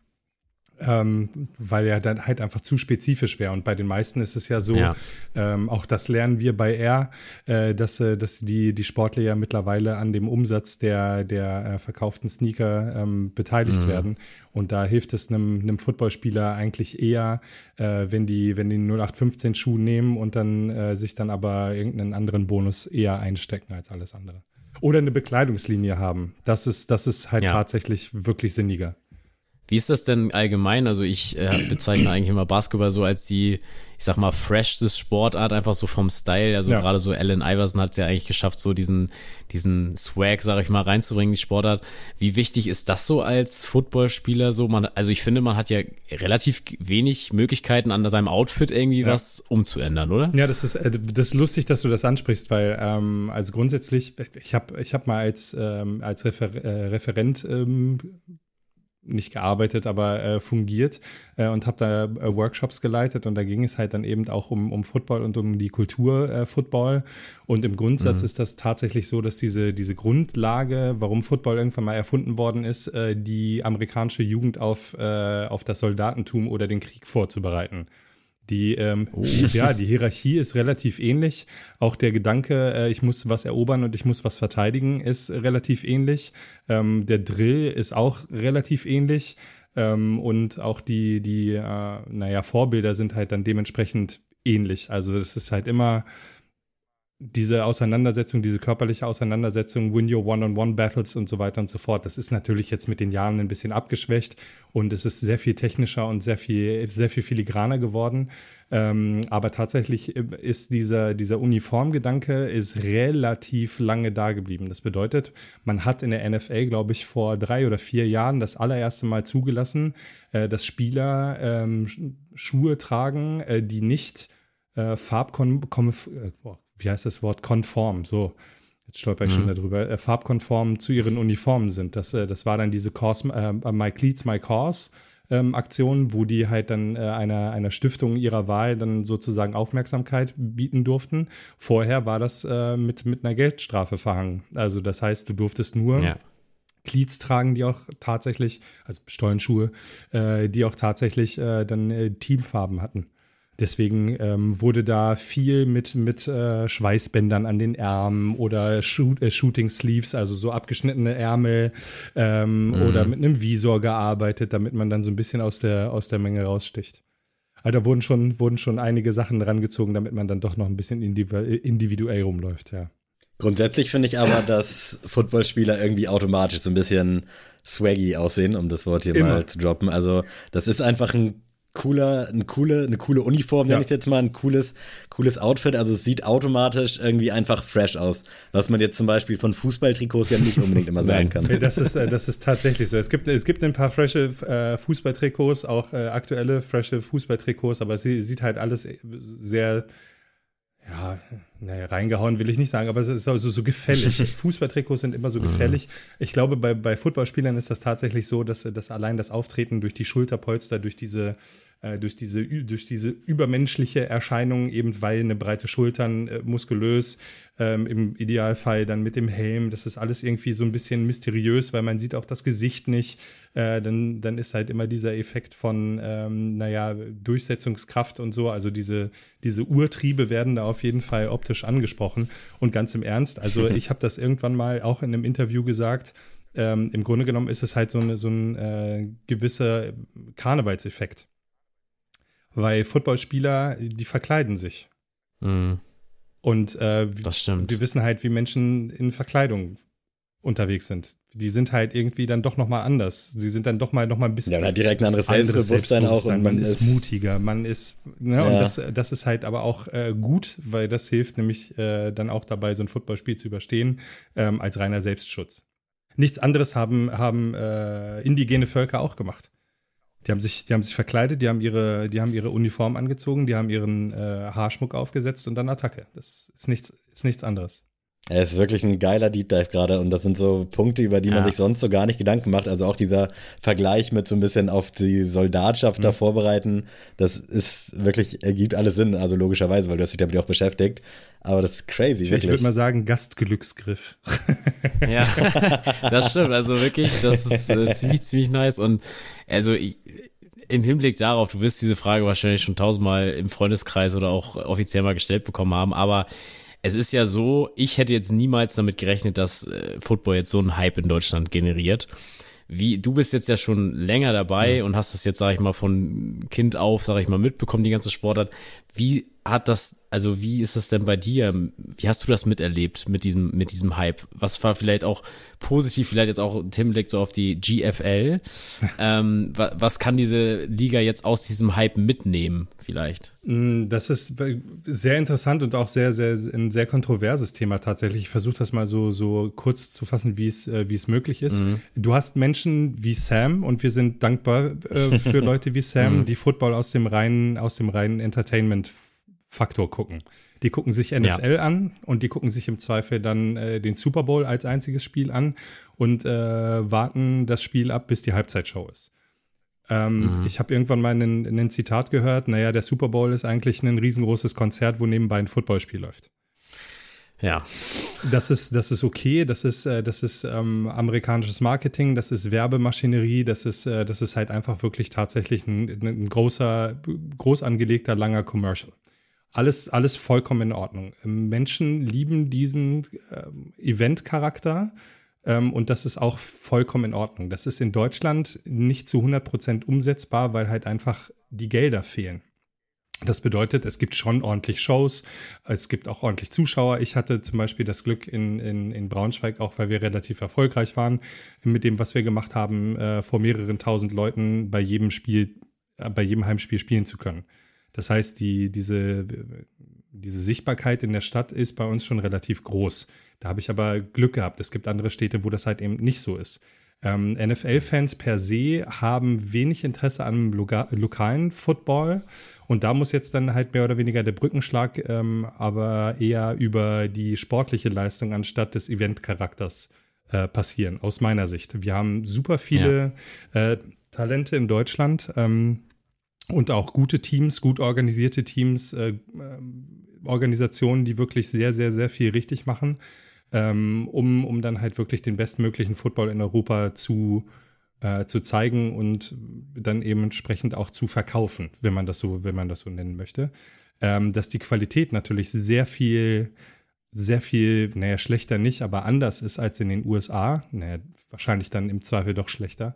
weil er dann halt einfach zu spezifisch wäre. Und bei den meisten ist es ja so, auch das lernen wir bei Air, dass die Sportler ja mittlerweile an dem Umsatz der verkauften Sneaker beteiligt werden. Und da hilft es einem Footballspieler eigentlich eher, wenn die 0815-Schuh nehmen und dann sich dann aber irgendeinen anderen Bonus eher einstecken als alles andere. Oder eine Bekleidungslinie haben. Das ist halt tatsächlich wirklich sinniger. Wie ist das denn allgemein? Also ich bezeichne eigentlich immer Basketball so als die, ich sag mal, freshste Sportart, einfach so vom Style. Also gerade so Allen Iverson hat es ja eigentlich geschafft, so diesen Swag, sag ich mal, reinzubringen, die Sportart. Wie wichtig ist das so als Footballspieler so? Also ich finde, man hat ja relativ wenig Möglichkeiten an seinem Outfit irgendwie was umzuändern, oder? Ja, das ist lustig, dass du das ansprichst, weil also grundsätzlich, ich hab mal als Referent nicht gearbeitet, aber fungiert und habe da Workshops geleitet und da ging es halt dann eben auch um Football und um die Kultur Football und im Grundsatz ist das tatsächlich so, dass diese Grundlage, warum Football irgendwann mal erfunden worden ist, die amerikanische Jugend auf das Soldatentum oder den Krieg vorzubereiten. Die Hierarchie ist relativ ähnlich. Auch der Gedanke, ich muss was erobern und ich muss was verteidigen, ist relativ ähnlich. Der Drill ist auch relativ ähnlich. Und auch die Vorbilder sind halt dann dementsprechend ähnlich. Also es ist halt immer diese Auseinandersetzung, diese körperliche Auseinandersetzung, win your One-on-One-Battles und so weiter und so fort. Das ist natürlich jetzt mit den Jahren ein bisschen abgeschwächt und es ist sehr viel technischer und sehr viel filigraner geworden. Aber tatsächlich ist dieser Uniformgedanke ist relativ lange da geblieben. Das bedeutet, man hat in der NFL, glaube ich, vor 3 oder 4 Jahren das allererste Mal zugelassen, dass Spieler Schuhe tragen, die nicht wie heißt das Wort? Konform, so. Jetzt stolper ich schon darüber. Farbkonform zu ihren Uniformen sind. Das war dann diese My Cleats, My Cause Aktion, wo die halt dann einer Stiftung ihrer Wahl dann sozusagen Aufmerksamkeit bieten durften. Vorher war das mit einer Geldstrafe verhangen. Also das heißt, du durftest nur Cleats tragen, die auch tatsächlich, also Stollenschuhe, die auch tatsächlich dann Teamfarben hatten. Deswegen wurde da viel mit Schweißbändern an den Ärmen oder Shooting Sleeves, also so abgeschnittene Ärmel oder mit einem Visor gearbeitet, damit man dann so ein bisschen aus der Menge raussticht. Also da wurden schon einige Sachen rangezogen, damit man dann doch noch ein bisschen individuell rumläuft, ja. Grundsätzlich finde ich aber, dass Footballspieler irgendwie automatisch so ein bisschen swaggy aussehen, um das Wort hier mal zu droppen. Also das ist einfach eine coole Uniform, nenne ich es jetzt mal, ein cooles Outfit. Also es sieht automatisch irgendwie einfach fresh aus, was man jetzt zum Beispiel von Fußballtrikots ja nicht unbedingt immer sagen kann. Das ist tatsächlich so. Es gibt ein paar frische Fußballtrikots, auch aktuelle frische Fußballtrikots, aber es sieht halt alles sehr reingehauen will ich nicht sagen, aber es ist also so gefällig. Fußballtrikots sind immer so gefällig. Ich glaube, bei Footballspielern ist das tatsächlich so, dass allein das Auftreten durch die Schulterpolster, durch diese übermenschliche Erscheinung, eben weil eine breite Schultern, muskulös, im Idealfall dann mit dem Helm, das ist alles irgendwie so ein bisschen mysteriös, weil man sieht auch das Gesicht nicht. Dann ist halt immer dieser Effekt von, Durchsetzungskraft und so. Also diese Urtriebe werden da auf jeden Fall optisch angesprochen. Und ganz im Ernst, also ich habe das irgendwann mal auch in einem Interview gesagt, im Grunde genommen ist es halt so ein gewisser Karnevalseffekt. Weil Footballspieler, die verkleiden sich. Und das stimmt. wir wissen halt, wie Menschen in Verkleidung unterwegs sind. Die sind halt irgendwie dann doch nochmal anders. Sie sind dann doch mal ein bisschen. Ja, man hat direkt ein anderes Selbstbewusstsein auch. Und man ist mutiger, man ist, ne, und das ist halt aber auch gut, weil das hilft nämlich dann auch dabei, so ein Footballspiel zu überstehen, als reiner Selbstschutz. Nichts anderes haben indigene Völker auch gemacht. Die haben sich verkleidet, die haben ihre Uniform angezogen, die haben ihren Haarschmuck aufgesetzt und dann Attacke. Das ist nichts anderes. Es ist wirklich ein geiler Deep Dive gerade und das sind so Punkte, über die man sich sonst so gar nicht Gedanken macht. Also auch dieser Vergleich mit so ein bisschen auf die Soldatschaft da vorbereiten, das ist wirklich, ergibt alles Sinn, also logischerweise, weil du hast dich damit auch beschäftigt. Aber das ist crazy, wirklich. Ich würde mal sagen, Gastglücksgriff. Ja, das stimmt. Also wirklich, das ist ziemlich nice. Und also im Hinblick darauf, du wirst diese Frage wahrscheinlich schon 1000-mal im Freundeskreis oder auch offiziell mal gestellt bekommen haben, aber es ist ja so, ich hätte jetzt niemals damit gerechnet, dass Football jetzt so einen Hype in Deutschland generiert. Du bist jetzt ja schon länger dabei und hast das jetzt, sag ich mal, von Kind auf, sag ich mal, mitbekommen, die ganze Sportart. Wie ist das denn bei dir? Wie hast du das miterlebt mit diesem Hype? Was war vielleicht auch positiv, vielleicht jetzt auch im Hinblick so auf die GFL? Was kann diese Liga jetzt aus diesem Hype mitnehmen, vielleicht? Das ist sehr interessant und auch sehr, sehr, ein sehr kontroverses Thema tatsächlich. Ich versuche das mal so kurz zu fassen, wie es möglich ist. Du hast Menschen wie Sam und wir sind dankbar für Leute wie Sam, die Football aus dem reinen Entertainment-Faktor gucken. Die gucken sich NFL an und die gucken sich im Zweifel dann den Super Bowl als einziges Spiel an und warten das Spiel ab, bis die Halbzeitshow ist. Ich habe irgendwann mal ein Zitat gehört, der Super Bowl ist eigentlich ein riesengroßes Konzert, wo nebenbei ein Footballspiel läuft. Ja. Das ist okay, das ist amerikanisches Marketing, das ist Werbemaschinerie, das ist halt einfach wirklich tatsächlich ein groß angelegter, langer Commercial. Alles vollkommen in Ordnung. Menschen lieben diesen Event-Charakter. Und das ist auch vollkommen in Ordnung. Das ist in Deutschland nicht zu 100% umsetzbar, weil halt einfach die Gelder fehlen. Das bedeutet, es gibt schon ordentlich Shows, es gibt auch ordentlich Zuschauer. Ich hatte zum Beispiel das Glück in Braunschweig, auch weil wir relativ erfolgreich waren, mit dem, was wir gemacht haben, vor mehreren tausend Leuten bei jedem Heimspiel spielen zu können. Das heißt, diese Sichtbarkeit in der Stadt ist bei uns schon relativ groß. Da habe ich aber Glück gehabt. Es gibt andere Städte, wo das halt eben nicht so ist. NFL-Fans per se haben wenig Interesse an lokalen Football. Und da muss jetzt dann halt mehr oder weniger der Brückenschlag, aber eher über die sportliche Leistung anstatt des Event-Charakters passieren, aus meiner Sicht. Wir haben super viele Talente in Deutschland und auch gute Teams, gut organisierte Teams, Organisationen, die wirklich sehr, sehr, sehr viel richtig machen, um dann halt wirklich den bestmöglichen Football in Europa zu zeigen und dann eben entsprechend auch zu verkaufen, wenn man das so nennen möchte. Dass die Qualität natürlich sehr viel, naja, schlechter nicht, aber anders ist als in den USA. Naja, wahrscheinlich dann im Zweifel doch schlechter.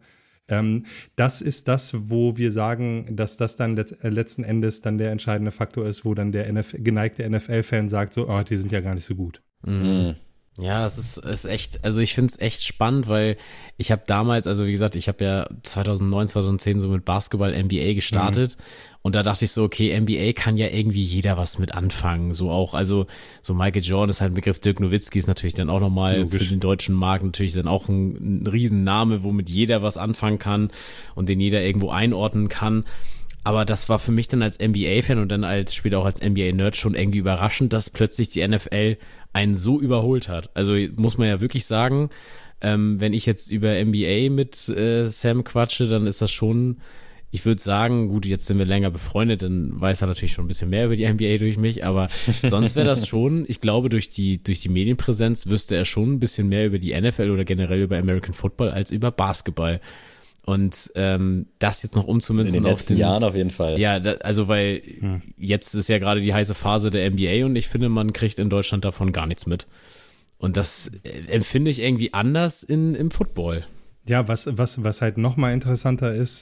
Das ist das, wo wir sagen, dass das dann letzten Endes dann der entscheidende Faktor ist, wo dann der geneigte NFL-Fan sagt, so, oh, die sind ja gar nicht so gut. Mhm. Ja, es ist echt, also ich finde es echt spannend, weil ich habe damals, also wie gesagt, ich habe ja 2009, 2010 so mit Basketball NBA gestartet und da dachte ich so, okay, NBA kann ja irgendwie jeder was mit anfangen, so auch, also so Michael Jordan ist halt ein Begriff, Dirk Nowitzki ist natürlich dann auch nochmal für den deutschen Markt natürlich dann auch ein Riesenname, womit jeder was anfangen kann und den jeder irgendwo einordnen kann. Aber das war für mich dann als NBA-Fan und dann später auch als NBA-Nerd schon irgendwie überraschend, dass plötzlich die NFL einen so überholt hat. Also muss man ja wirklich sagen, wenn ich jetzt über NBA mit Sam quatsche, dann ist das schon, ich würde sagen, gut, jetzt sind wir länger befreundet, dann weiß er natürlich schon ein bisschen mehr über die NBA durch mich, aber sonst wäre das schon, ich glaube, durch die Medienpräsenz wüsste er schon ein bisschen mehr über die NFL oder generell über American Football als über Basketball. Und das jetzt noch umzumünzen in den letzten Jahren auf jeden Fall. Ja, also weil jetzt ist ja gerade die heiße Phase der NBA und ich finde, man kriegt in Deutschland davon gar nichts mit. Und das empfinde ich irgendwie anders im Football. Ja, was halt noch mal interessanter ist,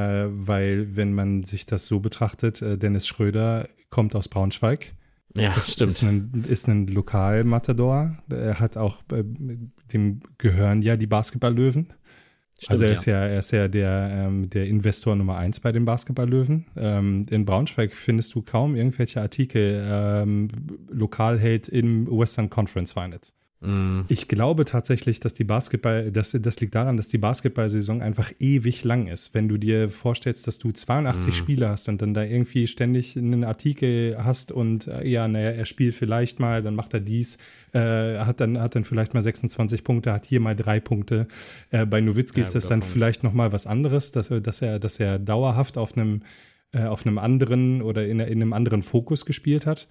weil wenn man sich das so betrachtet, Dennis Schröder kommt aus Braunschweig. Ja, das stimmt. Ist ein Lokalmatador. Er hat auch, dem gehören ja die Basketball-Löwen. Stimmt, also er ist ja der Investor Nummer 1 bei den Basketball-Löwen. In Braunschweig findest du kaum irgendwelche Artikel, Lokalheld im Western Conference Finals. Ich glaube tatsächlich, dass das liegt daran, dass die Basketball-Saison einfach ewig lang ist. Wenn du dir vorstellst, dass du 82 Spiele hast und dann da irgendwie ständig einen Artikel hast und er spielt vielleicht mal, dann macht er dies, hat dann vielleicht mal 26 Punkte, hat hier mal 3 Punkte. Bei Nowitzki ist das dann vielleicht noch mal was anderes, dass er dauerhaft auf einem anderen oder in einem anderen Fokus gespielt hat.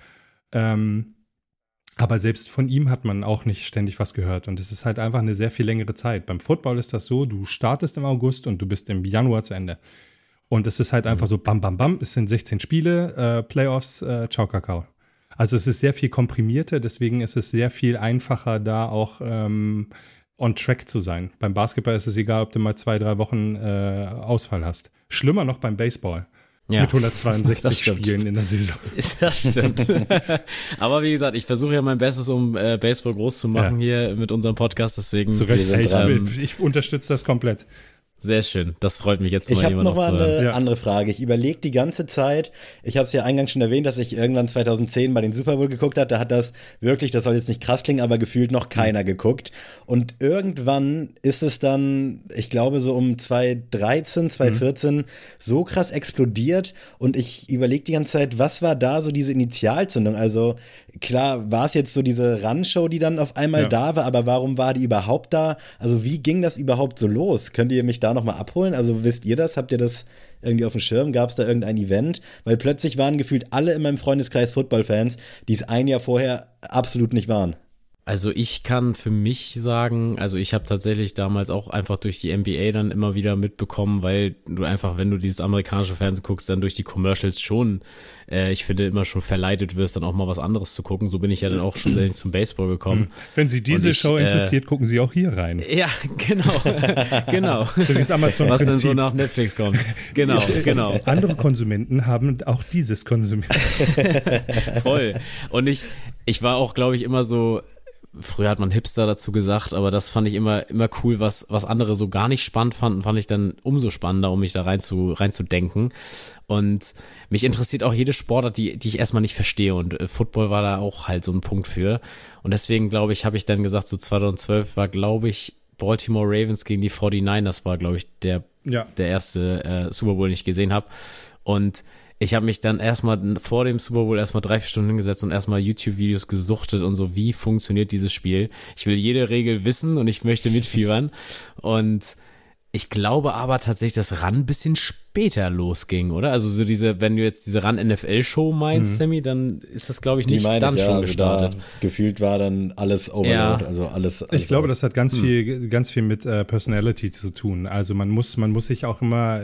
Aber selbst von ihm hat man auch nicht ständig was gehört. Und es ist halt einfach eine sehr viel längere Zeit. Beim Football ist das so, du startest im August und du bist im Januar zu Ende. Und es ist halt einfach so bam, bam, bam. Es sind 16 Spiele, Playoffs, ciao, Kakao. Also es ist sehr viel komprimierter, deswegen ist es sehr viel einfacher, da auch on track zu sein. Beim Basketball ist es egal, ob du mal 2-3 Wochen Ausfall hast. Schlimmer noch beim Baseball. Ja, mit 162 Spielen in der Saison. Das stimmt. Aber wie gesagt, ich versuche ja mein Bestes, um Baseball groß zu machen hier mit unserem Podcast. Deswegen zu Recht. Ich unterstütze das komplett. Sehr schön, das freut mich jetzt mal jemand noch zu hören. Ich habe noch mal eine andere Frage. Ich überlege die ganze Zeit, ich habe es ja eingangs schon erwähnt, dass ich irgendwann 2010 mal den Super Bowl geguckt habe. Da hat das wirklich, das soll jetzt nicht krass klingen, aber gefühlt noch keiner geguckt. Und irgendwann ist es dann, ich glaube so um 2013, 2014 so krass explodiert. Und ich überlege die ganze Zeit, was war da so diese Initialzündung? Also klar war es jetzt so diese Run-Show, die dann auf einmal da war, aber warum war die überhaupt da? Also wie ging das überhaupt so los? Könnt ihr mich da nochmal abholen? Also wisst ihr das? Habt ihr das irgendwie auf dem Schirm? Gab es da irgendein Event? Weil plötzlich waren gefühlt alle in meinem Freundeskreis Football-Fans, die es ein Jahr vorher absolut nicht waren. Also ich kann für mich sagen, also ich habe tatsächlich damals auch einfach durch die NBA dann immer wieder mitbekommen, weil du einfach, wenn du dieses amerikanische Fernsehen guckst, dann durch die Commercials schon, ich finde, immer schon verleitet wirst, dann auch mal was anderes zu gucken. So bin ich ja dann auch schon sehr zum Baseball gekommen. Wenn Sie diese Show interessiert, gucken Sie auch hier rein. Ja, genau. So dieses Amazon-Prinzip. Was dann so nach Netflix kommt. Genau. Andere Konsumenten haben auch dieses konsumiert. Voll. Und ich war auch, glaube ich, immer so, früher hat man Hipster dazu gesagt, aber das fand ich immer cool, was andere so gar nicht spannend fanden, fand ich dann umso spannender, um mich da reinzudenken. Und mich interessiert auch jede Sportart, die ich erstmal nicht verstehe, und Football war da auch halt so ein Punkt für. Und deswegen, glaube ich, habe ich dann gesagt, so 2012 war, glaube ich, Baltimore Ravens gegen die 49ers war, glaube ich, der erste Super Bowl, den ich gesehen habe. Und ich habe mich dann erstmal vor dem Super Bowl 3-4 Stunden hingesetzt und erstmal YouTube-Videos gesuchtet und so, wie funktioniert dieses Spiel. Ich will jede Regel wissen und ich möchte mitfiebern. Und Ich glaube aber tatsächlich, dass RAN ein bisschen später losging, oder? Also so wenn du jetzt diese RAN NFL-Show meinst, Sammy, dann ist das, glaube ich, nicht dann schon gestartet. Da gefühlt war dann alles Overload, also alles ich glaube, das hat ganz viel mit Personality zu tun. Also man muss sich auch immer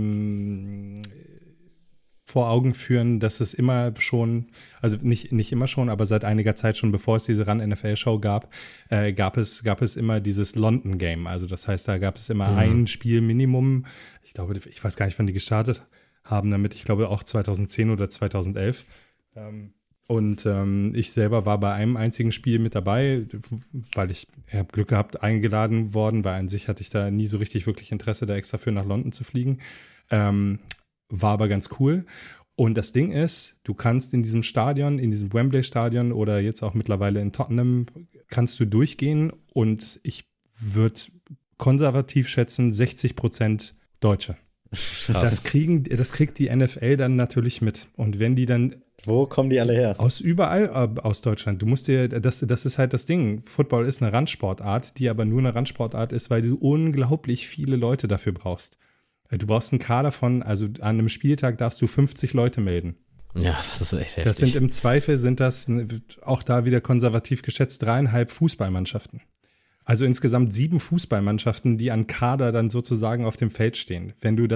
vor Augen führen, dass es immer schon, also nicht immer schon, aber seit einiger Zeit schon, bevor es diese RAN-NFL-Show gab es immer dieses London-Game. Also das heißt, da gab es immer ein Spiel Minimum. Ich glaube, ich weiß gar nicht, wann die gestartet haben damit. Ich glaube auch 2010 oder 2011. Und ich selber war bei einem einzigen Spiel mit dabei, weil ich habe Glück gehabt, eingeladen worden, weil an sich hatte ich da nie so wirklich Interesse, da extra für nach London zu fliegen. War aber ganz cool. Und das Ding ist, du kannst in diesem Stadion, in diesem Wembley-Stadion oder jetzt auch mittlerweile in Tottenham, kannst du durchgehen und ich würde konservativ schätzen 60% Deutsche. Das kriegt die NFL dann natürlich mit. Und wenn die dann Wo kommen die alle her? Aus überall aus Deutschland. Du musst dir, das ist halt das Ding. Football ist eine Randsportart, die aber nur eine Randsportart ist, weil du unglaublich viele Leute dafür brauchst. Du brauchst einen Kader also an einem Spieltag darfst du 50 Leute melden. Ja, das ist echt heftig. Das sind im Zweifel, auch da wieder konservativ geschätzt, 3,5 Fußballmannschaften. Also insgesamt 7 Fußballmannschaften, die an Kader dann sozusagen auf dem Feld stehen. Wenn du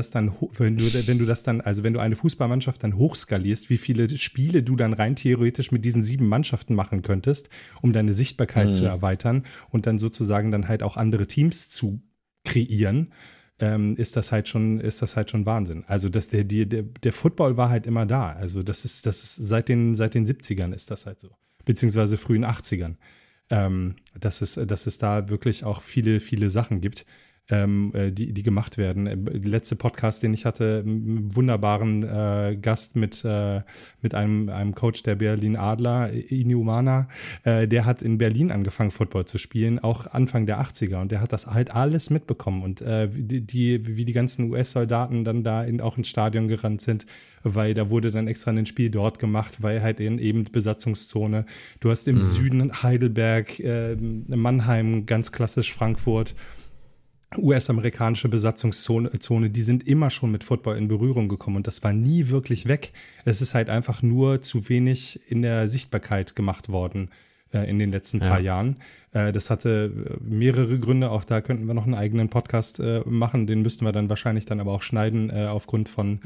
eine Fußballmannschaft dann hochskalierst, wie viele Spiele du dann rein theoretisch mit diesen 7 Mannschaften machen könntest, um deine Sichtbarkeit zu erweitern und dann sozusagen dann halt auch andere Teams zu kreieren, ist das halt schon Wahnsinn. Also der Football war halt immer da. Also das ist seit den 70ern ist das halt so. Beziehungsweise frühen 80ern. Dass es da wirklich auch viele, viele Sachen gibt, die gemacht werden. Der letzte Podcast, den ich hatte, einen wunderbaren Gast mit einem Coach der Berlin Adler, Inumana, der hat in Berlin angefangen, Football zu spielen, auch Anfang der 80er, und der hat das halt alles mitbekommen und wie die ganzen US-Soldaten dann da auch ins Stadion gerannt sind, weil da wurde dann extra ein Spiel dort gemacht, weil halt eben Besatzungszone. Du hast im Süden Heidelberg, Mannheim, ganz klassisch Frankfurt, US-amerikanische Besatzungszone, die sind immer schon mit Football in Berührung gekommen und das war nie wirklich weg. Es ist halt einfach nur zu wenig in der Sichtbarkeit gemacht worden in den letzten paar Jahren. Das hatte mehrere Gründe, auch da könnten wir noch einen eigenen Podcast machen, den müssten wir dann wahrscheinlich dann aber auch schneiden aufgrund von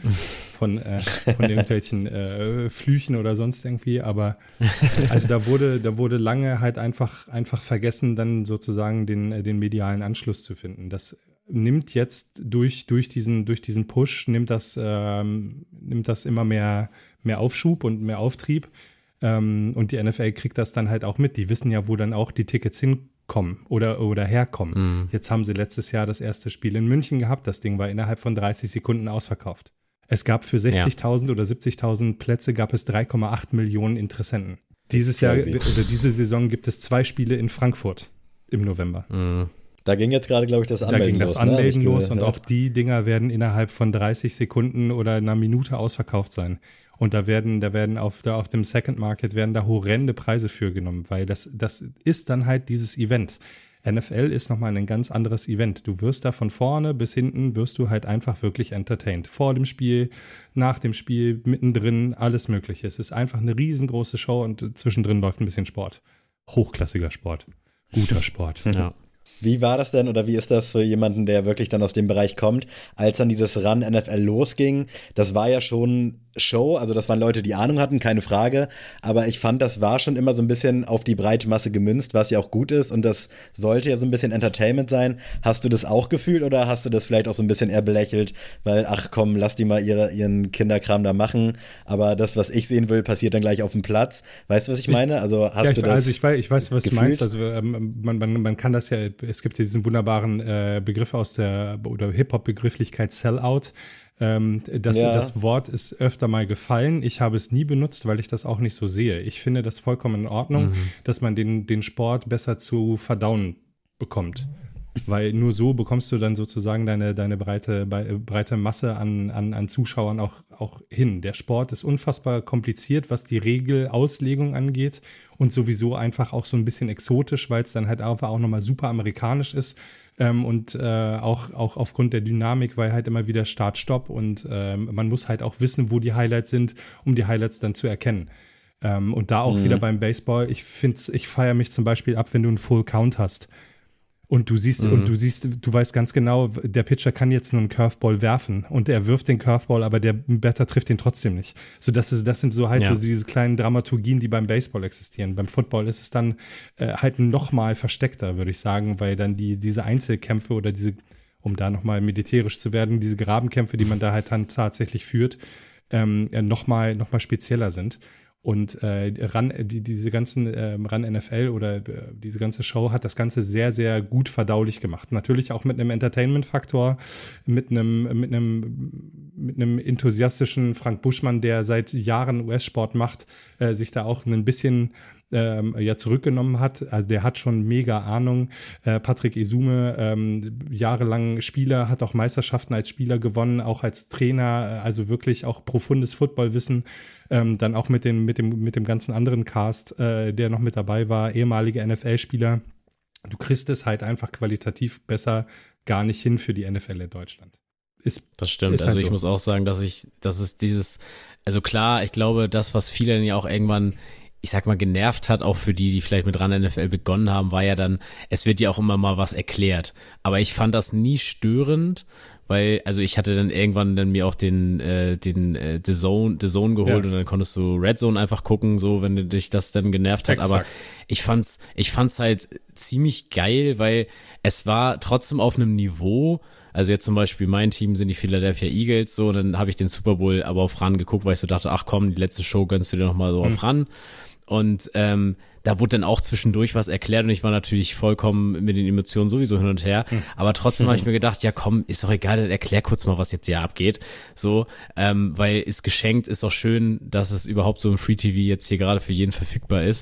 irgendwelchen Flüchen oder sonst irgendwie, aber also da wurde lange halt einfach vergessen, dann sozusagen den medialen Anschluss zu finden. Das nimmt jetzt durch diesen Push, nimmt das immer mehr Aufschub und mehr Auftrieb. Und die NFL kriegt das dann halt auch mit. Die wissen ja, wo dann auch die Tickets hinkommen oder herkommen. Jetzt haben sie letztes Jahr das erste Spiel in München gehabt. Das Ding war innerhalb von 30 Sekunden ausverkauft. Es gab für 60.000 oder 70.000 Plätze gab es 3,8 Millionen Interessenten. Diese Saison gibt es 2 Spiele in Frankfurt im November. Da ging jetzt gerade, glaube ich, das Anmelden los. Da ging das Anmelden los und auch die Dinger werden innerhalb von 30 Sekunden oder einer Minute ausverkauft sein. Und da werden auf dem Second Market werden da horrende Preise für genommen, weil das ist dann halt dieses Event. NFL ist nochmal ein ganz anderes Event. Du wirst da von vorne bis hinten wirst du halt einfach wirklich entertained. Vor dem Spiel, nach dem Spiel, mittendrin, alles Mögliche. Es ist einfach eine riesengroße Show und zwischendrin läuft ein bisschen Sport. Hochklassiger Sport. Guter Sport. Ja. Wie war das denn oder wie ist das für jemanden, der wirklich dann aus dem Bereich kommt, als dann dieses RAN NFL losging? Das war ja schon Show, also das waren Leute, die Ahnung hatten, keine Frage, aber ich fand, das war schon immer so ein bisschen auf die breite Masse gemünzt, was ja auch gut ist und das sollte ja so ein bisschen Entertainment sein. Hast du das auch gefühlt oder hast du das vielleicht auch so ein bisschen eher belächelt, weil, ach komm, lass die mal ihren Kinderkram da machen, aber das, was ich sehen will, passiert dann gleich auf dem Platz. Weißt du, was ich meine? Also hast du das Also ich weiß, was gefühlt? du meinst. Also man kann das ja, es gibt ja diesen wunderbaren Begriff oder Hip-Hop-Begrifflichkeit Sellout. Das Wort ist öfter mal gefallen. Ich habe es nie benutzt, weil ich das auch nicht so sehe. Ich finde das vollkommen in Ordnung, dass man den Sport besser zu verdauen bekommt. Weil nur so bekommst du dann sozusagen deine breite Masse an Zuschauern auch hin. Der Sport ist unfassbar kompliziert, was die Regelauslegung angeht und sowieso einfach auch so ein bisschen exotisch, weil es dann halt einfach auch nochmal super amerikanisch ist. Und auch aufgrund der Dynamik, weil halt immer wieder Start-Stopp und man muss halt auch wissen, wo die Highlights sind, um die Highlights dann zu erkennen. Und da auch wieder beim Baseball, ich feiere mich zum Beispiel ab, wenn du einen Full Count hast. Und du weißt ganz genau, der Pitcher kann jetzt nur einen Curveball werfen und er wirft den Curveball, aber der Batter trifft ihn trotzdem nicht. So, das sind so halt so diese kleinen Dramaturgien, die beim Baseball existieren. Beim Football ist es dann halt noch mal versteckter, würde ich sagen, weil dann diese Einzelkämpfe oder um da noch mal militärisch zu werden, diese Grabenkämpfe, die man da halt dann tatsächlich führt, noch mal spezieller sind. Und diese ganzen Run NFL oder diese ganze Show hat das Ganze sehr, sehr gut verdaulich gemacht. Natürlich auch mit einem Entertainment-Faktor, mit einem enthusiastischen Frank Buschmann, der seit Jahren US-Sport macht, sich da auch ein bisschen zurückgenommen hat. Also der hat schon mega Ahnung. Patrick Esume, jahrelang Spieler, hat auch Meisterschaften als Spieler gewonnen, auch als Trainer, also wirklich auch profundes Footballwissen. Dann auch mit dem ganzen anderen Cast, der noch mit dabei war, ehemalige NFL-Spieler. Du kriegst es halt einfach qualitativ besser gar nicht hin für die NFL in Deutschland. Das stimmt. Ist also halt ich muss auch sagen, dass es dieses, also klar, ich glaube, das, was viele dann ja auch irgendwann, ich sag mal, genervt hat, auch für die vielleicht mit Run NFL begonnen haben, war ja dann, es wird ja auch immer mal was erklärt. Aber ich fand das nie störend, weil, also ich hatte dann irgendwann dann mir auch den The Zone geholt und dann konntest du Red Zone einfach gucken, so, wenn dich das dann genervt hat. Exakt. Aber ich fand's halt ziemlich geil, weil es war trotzdem auf einem Niveau. Also jetzt zum Beispiel mein Team sind die Philadelphia Eagles, so, und dann habe ich den Super Bowl aber auf Run geguckt, weil ich so dachte, ach komm, die letzte Show gönnst du dir nochmal so auf Run. Und da wurde dann auch zwischendurch was erklärt und ich war natürlich vollkommen mit den Emotionen sowieso hin und her. Aber trotzdem habe ich mir gedacht, ja komm, ist doch egal, dann erklär kurz mal, was jetzt hier abgeht. So, weil ist geschenkt, ist doch schön, dass es überhaupt so im Free TV jetzt hier gerade für jeden verfügbar ist.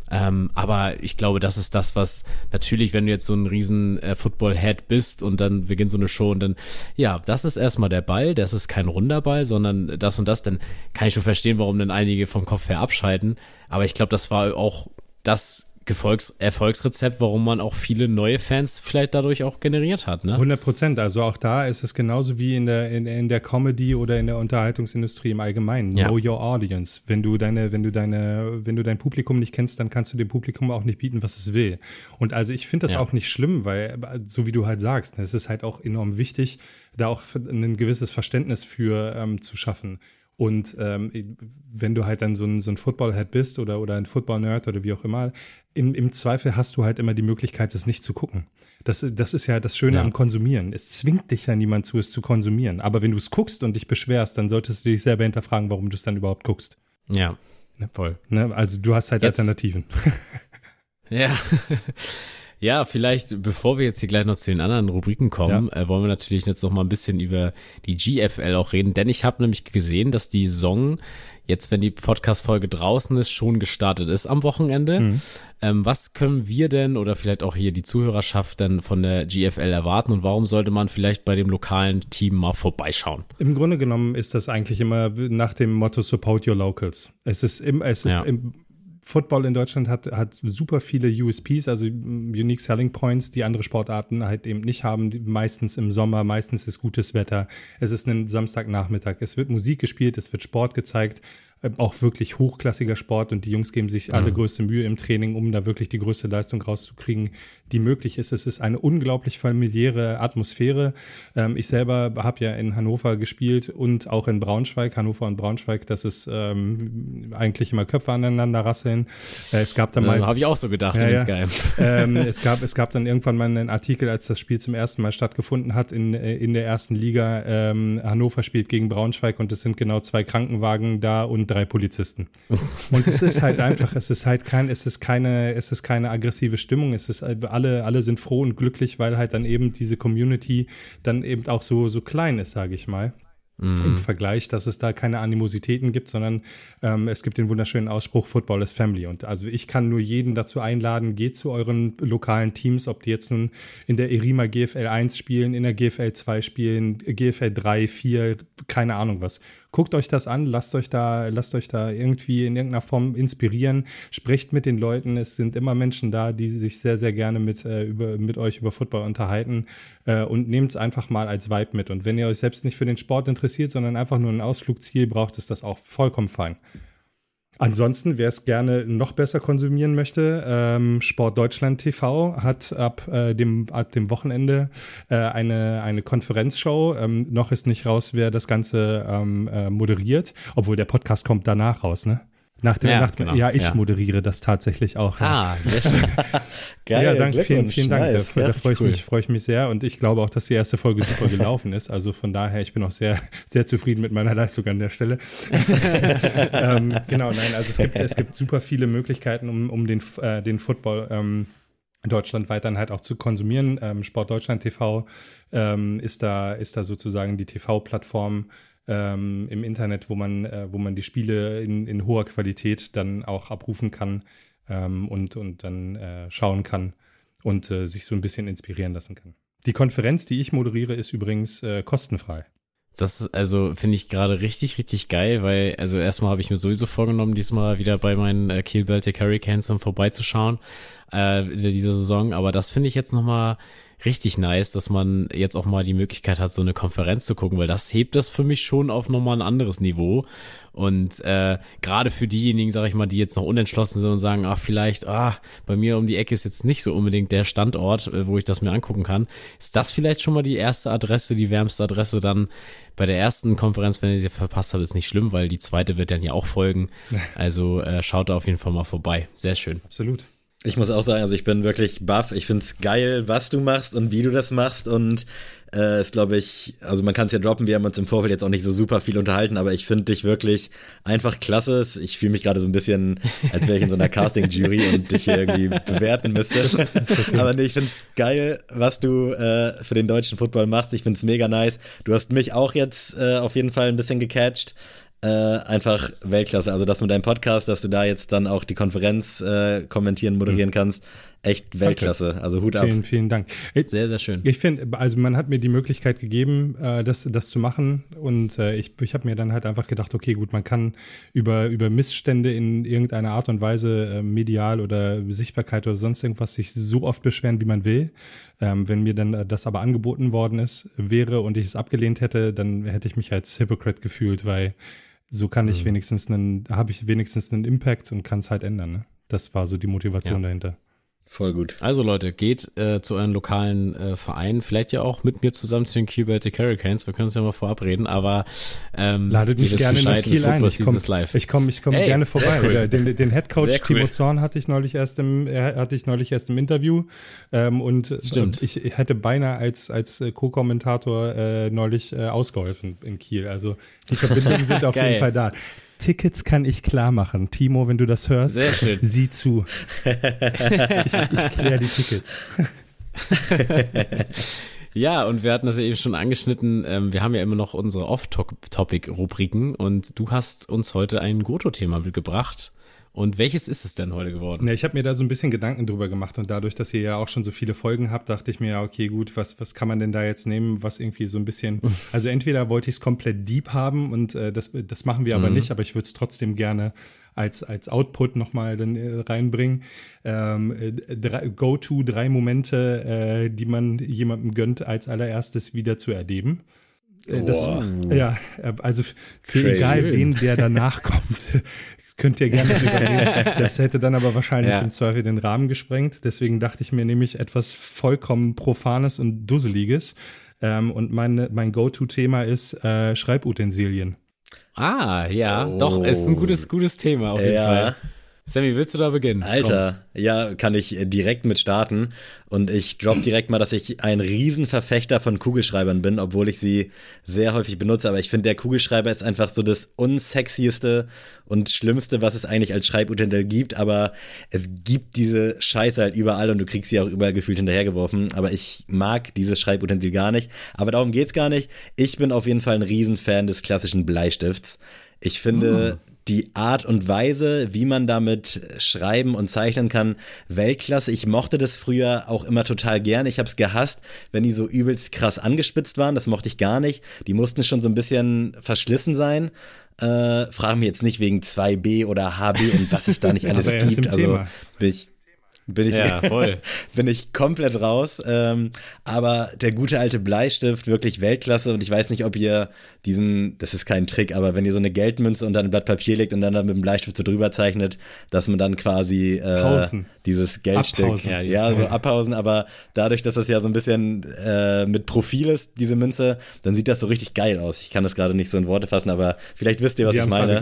Aber ich glaube, das ist das, was natürlich, wenn du jetzt so ein riesen Football-Head bist und dann beginnt so eine Show und dann, ja, das ist erstmal der Ball, das ist kein runder Ball, sondern das und das, dann kann ich schon verstehen, warum dann einige vom Kopf her abschalten. Aber ich glaube, das war auch das Erfolgsrezept, warum man auch viele neue Fans vielleicht dadurch auch generiert hat, ne? 100%. Also auch da ist es genauso wie in der Comedy oder in der Unterhaltungsindustrie im Allgemeinen. Ja. Know your audience. Wenn du dein Publikum nicht kennst, dann kannst du dem Publikum auch nicht bieten, was es will. Und also ich finde das auch nicht schlimm, weil, so wie du halt sagst, es ist halt auch enorm wichtig, da auch ein gewisses Verständnis für zu schaffen. Und wenn du halt dann so ein Football-Head bist oder ein Football-Nerd oder wie auch immer, im Zweifel hast du halt immer die Möglichkeit, das nicht zu gucken. Das ist ja das Schöne am Konsumieren. Es zwingt dich ja niemand zu, es zu konsumieren. Aber wenn du es guckst und dich beschwerst, dann solltest du dich selber hinterfragen, warum du es dann überhaupt guckst. Ja, voll. Ne? Also du hast halt Jetzt, Alternativen. Ja. Ja, vielleicht, bevor wir jetzt hier gleich noch zu den anderen Rubriken kommen, wollen wir natürlich jetzt noch mal ein bisschen über die GFL auch reden, denn ich habe nämlich gesehen, dass die Saison jetzt, wenn die Podcast-Folge draußen ist, schon gestartet ist am Wochenende. Was können wir denn oder vielleicht auch hier die Zuhörerschaft denn von der GFL erwarten und warum sollte man vielleicht bei dem lokalen Team mal vorbeischauen? Im Grunde genommen ist das eigentlich immer nach dem Motto Support your locals. Football in Deutschland hat super viele USPs, also Unique Selling Points, die andere Sportarten halt eben nicht haben. Meistens im Sommer, meistens ist gutes Wetter. Es ist ein Samstagnachmittag. Es wird Musik gespielt, es wird Sport gezeigt. Auch wirklich hochklassiger Sport und die Jungs geben sich allergrößte Mühe im Training, um da wirklich die größte Leistung rauszukriegen, die möglich ist. Es ist eine unglaublich familiäre Atmosphäre. Ich selber habe ja in Hannover gespielt und auch in Braunschweig. Hannover und Braunschweig, das ist eigentlich immer Köpfe aneinander rasseln. Es gab dann mal, habe ich auch so gedacht, es gab dann irgendwann mal einen Artikel, als das Spiel zum ersten Mal stattgefunden hat in der ersten Liga. Hannover spielt gegen Braunschweig und es sind genau 2 Krankenwagen da und 3 Polizisten. Und es ist halt einfach, es ist keine aggressive Stimmung, es ist alle sind froh und glücklich, weil halt dann eben diese Community dann eben auch so klein ist, sage ich mal. im Vergleich, dass es da keine Animositäten gibt, sondern es gibt den wunderschönen Ausspruch, Football is Family. Und also ich kann nur jeden dazu einladen, geht zu euren lokalen Teams, ob die jetzt nun in der ERIMA GFL 1 spielen, in der GFL 2 spielen, GFL 3, 4, keine Ahnung was. Guckt euch das an, lasst euch da irgendwie in irgendeiner Form inspirieren, sprecht mit den Leuten. Es sind immer Menschen da, die sich sehr, sehr gerne mit euch über Football unterhalten, und nehmt es einfach mal als Vibe mit. Und wenn ihr euch selbst nicht für den Sport interessiert, sondern einfach nur ein Ausflugsziel braucht, ist das auch vollkommen fein. Ansonsten, wer es gerne noch besser konsumieren möchte, Sport Deutschland TV hat ab dem Wochenende eine Konferenzshow. Noch ist nicht raus, wer das Ganze moderiert, obwohl der Podcast kommt danach raus, ne? Genau. Ich moderiere das tatsächlich auch. Ja. Sehr schön. Geil, ja, danke, vielen Dank. Nice. Da freue ich mich sehr, und ich glaube auch, dass die erste Folge super gelaufen ist. Also von daher, ich bin auch sehr, sehr zufrieden mit meiner Leistung an der Stelle. Also es gibt super viele Möglichkeiten, um den Football deutschlandweit dann halt auch zu konsumieren. Sport Deutschland TV ist da sozusagen die TV-Plattform im Internet, wo man die Spiele in hoher Qualität dann auch abrufen kann, und dann schauen kann und sich so ein bisschen inspirieren lassen kann. Die Konferenz, die ich moderiere, ist übrigens kostenfrei. Das ist also, finde ich gerade richtig, richtig geil, weil, also erstmal habe ich mir sowieso vorgenommen, diesmal wieder bei meinen Kiel Baltic Hurricanes vorbeizuschauen, dieser Saison, aber das finde ich jetzt nochmal richtig nice, dass man jetzt auch mal die Möglichkeit hat, so eine Konferenz zu gucken, weil das hebt das für mich schon auf nochmal ein anderes Niveau. Und gerade für diejenigen, sag ich mal, die jetzt noch unentschlossen sind und sagen, bei mir um die Ecke ist jetzt nicht so unbedingt der Standort, wo ich das mir angucken kann, ist das vielleicht schon mal die erste Adresse, die wärmste Adresse dann bei der ersten Konferenz. Wenn ihr sie verpasst habt, ist nicht schlimm, weil die zweite wird dann ja auch folgen. Also schaut da auf jeden Fall mal vorbei. Sehr schön. Absolut. Ich muss auch sagen, also ich bin wirklich baff. Ich find's geil, was du machst und wie du das machst, und ist, glaube ich, also man kann es ja droppen, wir haben uns im Vorfeld jetzt auch nicht so super viel unterhalten, aber ich finde dich wirklich einfach klasse. Ich fühle mich gerade so ein bisschen, als wäre ich in so einer Casting-Jury und dich hier irgendwie bewerten müsste. Okay. Aber nee, ich find's geil, was du für den deutschen Football machst. Ich find's mega nice. Du hast mich auch jetzt auf jeden Fall ein bisschen gecatcht. Einfach Weltklasse, also das mit deinem Podcast, dass du da jetzt dann auch die Konferenz kommentieren, moderieren kannst, echt Weltklasse, also Hut ab. Vielen Dank. Sehr, sehr schön. Ich finde, also man hat mir die Möglichkeit gegeben, das zu machen, und ich habe mir dann halt einfach gedacht, okay, gut, man kann über Missstände in irgendeiner Art und Weise, medial oder Sichtbarkeit oder sonst irgendwas, sich so oft beschweren, wie man will. Wenn mir dann das aber angeboten worden wäre und ich es abgelehnt hätte, dann hätte ich mich als Hypocrite gefühlt, weil so habe ich wenigstens einen Impact und kann es halt ändern. Ne? Das war so die Motivation dahinter. Voll gut. Also Leute, geht zu euren lokalen Vereinen, vielleicht ja auch mit mir zusammen zu den Kiel Baltic Hurricanes, wir können uns ja mal vораbreden, aber ladet mich gerne nach Kiel ein. Ich komme gerne vorbei. Cool. Den Headcoach Timo Zorn hatte ich neulich erst im Interview, und Stimmt. Ich hätte beinahe als Co-Kommentator neulich ausgeholfen in Kiel. Also die Verbindungen sind auf jeden Fall da. Tickets kann ich klar machen. Timo, wenn du das hörst, sieh zu. Ich kläre die Tickets. Ja, und wir hatten das ja eben schon angeschnitten. Wir haben ja immer noch unsere Off-Topic-Rubriken, und du hast uns heute ein Goto-Thema mitgebracht. Und welches ist es denn heute geworden? Ja, ich habe mir da so ein bisschen Gedanken drüber gemacht, und dadurch, dass ihr ja auch schon so viele Folgen habt, dachte ich mir, ja, okay, gut, was kann man denn da jetzt nehmen, was irgendwie so ein bisschen, also entweder wollte ich es komplett deep haben, und das machen wir aber nicht, aber ich würde es trotzdem gerne als Output nochmal dann reinbringen. Go-to 3 Momente, die man jemandem gönnt, als allererstes wieder zu erleben. Also für Crazy. Egal wen, der danach kommt, könnt ihr gerne übernehmen. Das hätte dann aber wahrscheinlich im Zweifel den Rahmen gesprengt. Deswegen dachte ich mir nämlich etwas vollkommen Profanes und Dusseliges. Und mein Go-To-Thema ist Schreibutensilien. Doch, ist ein gutes Thema auf jeden Fall. Sammy, willst du da beginnen? Alter, ja, kann ich direkt mit starten. Und ich drop direkt mal, dass ich ein Riesenverfechter von Kugelschreibern bin, obwohl ich sie sehr häufig benutze. Aber ich finde, der Kugelschreiber ist einfach so das unsexieste und Schlimmste, was es eigentlich als Schreibutensil gibt. Aber es gibt diese Scheiße halt überall und du kriegst sie auch überall gefühlt hinterhergeworfen. Aber ich mag dieses Schreibutensil gar nicht. Aber darum geht's gar nicht. Ich bin auf jeden Fall ein Riesenfan des klassischen Bleistifts. Ich finde die Art und Weise, wie man damit schreiben und zeichnen kann, Weltklasse. Ich mochte das früher auch immer total gern. Ich habe es gehasst, wenn die so übelst krass angespitzt waren. Das mochte ich gar nicht. Die mussten schon so ein bisschen verschlissen sein. Frag mich jetzt nicht wegen 2B oder HB und was es da nicht alles gibt. Also bin ich ja, voll. bin ich komplett raus. Aber der gute alte Bleistift, wirklich Weltklasse. Und ich weiß nicht, ob ihr das ist kein Trick, aber wenn ihr so eine Geldmünze unter ein Blatt Papier legt und dann mit dem Bleistift so drüber zeichnet, dass man dann quasi dieses Geldstück, abhausen. So abhausen. Aber dadurch, dass das ja so ein bisschen mit Profil ist, diese Münze, dann sieht das so richtig geil aus. Ich kann das gerade nicht so in Worte fassen, aber vielleicht wisst ihr, was ich meine.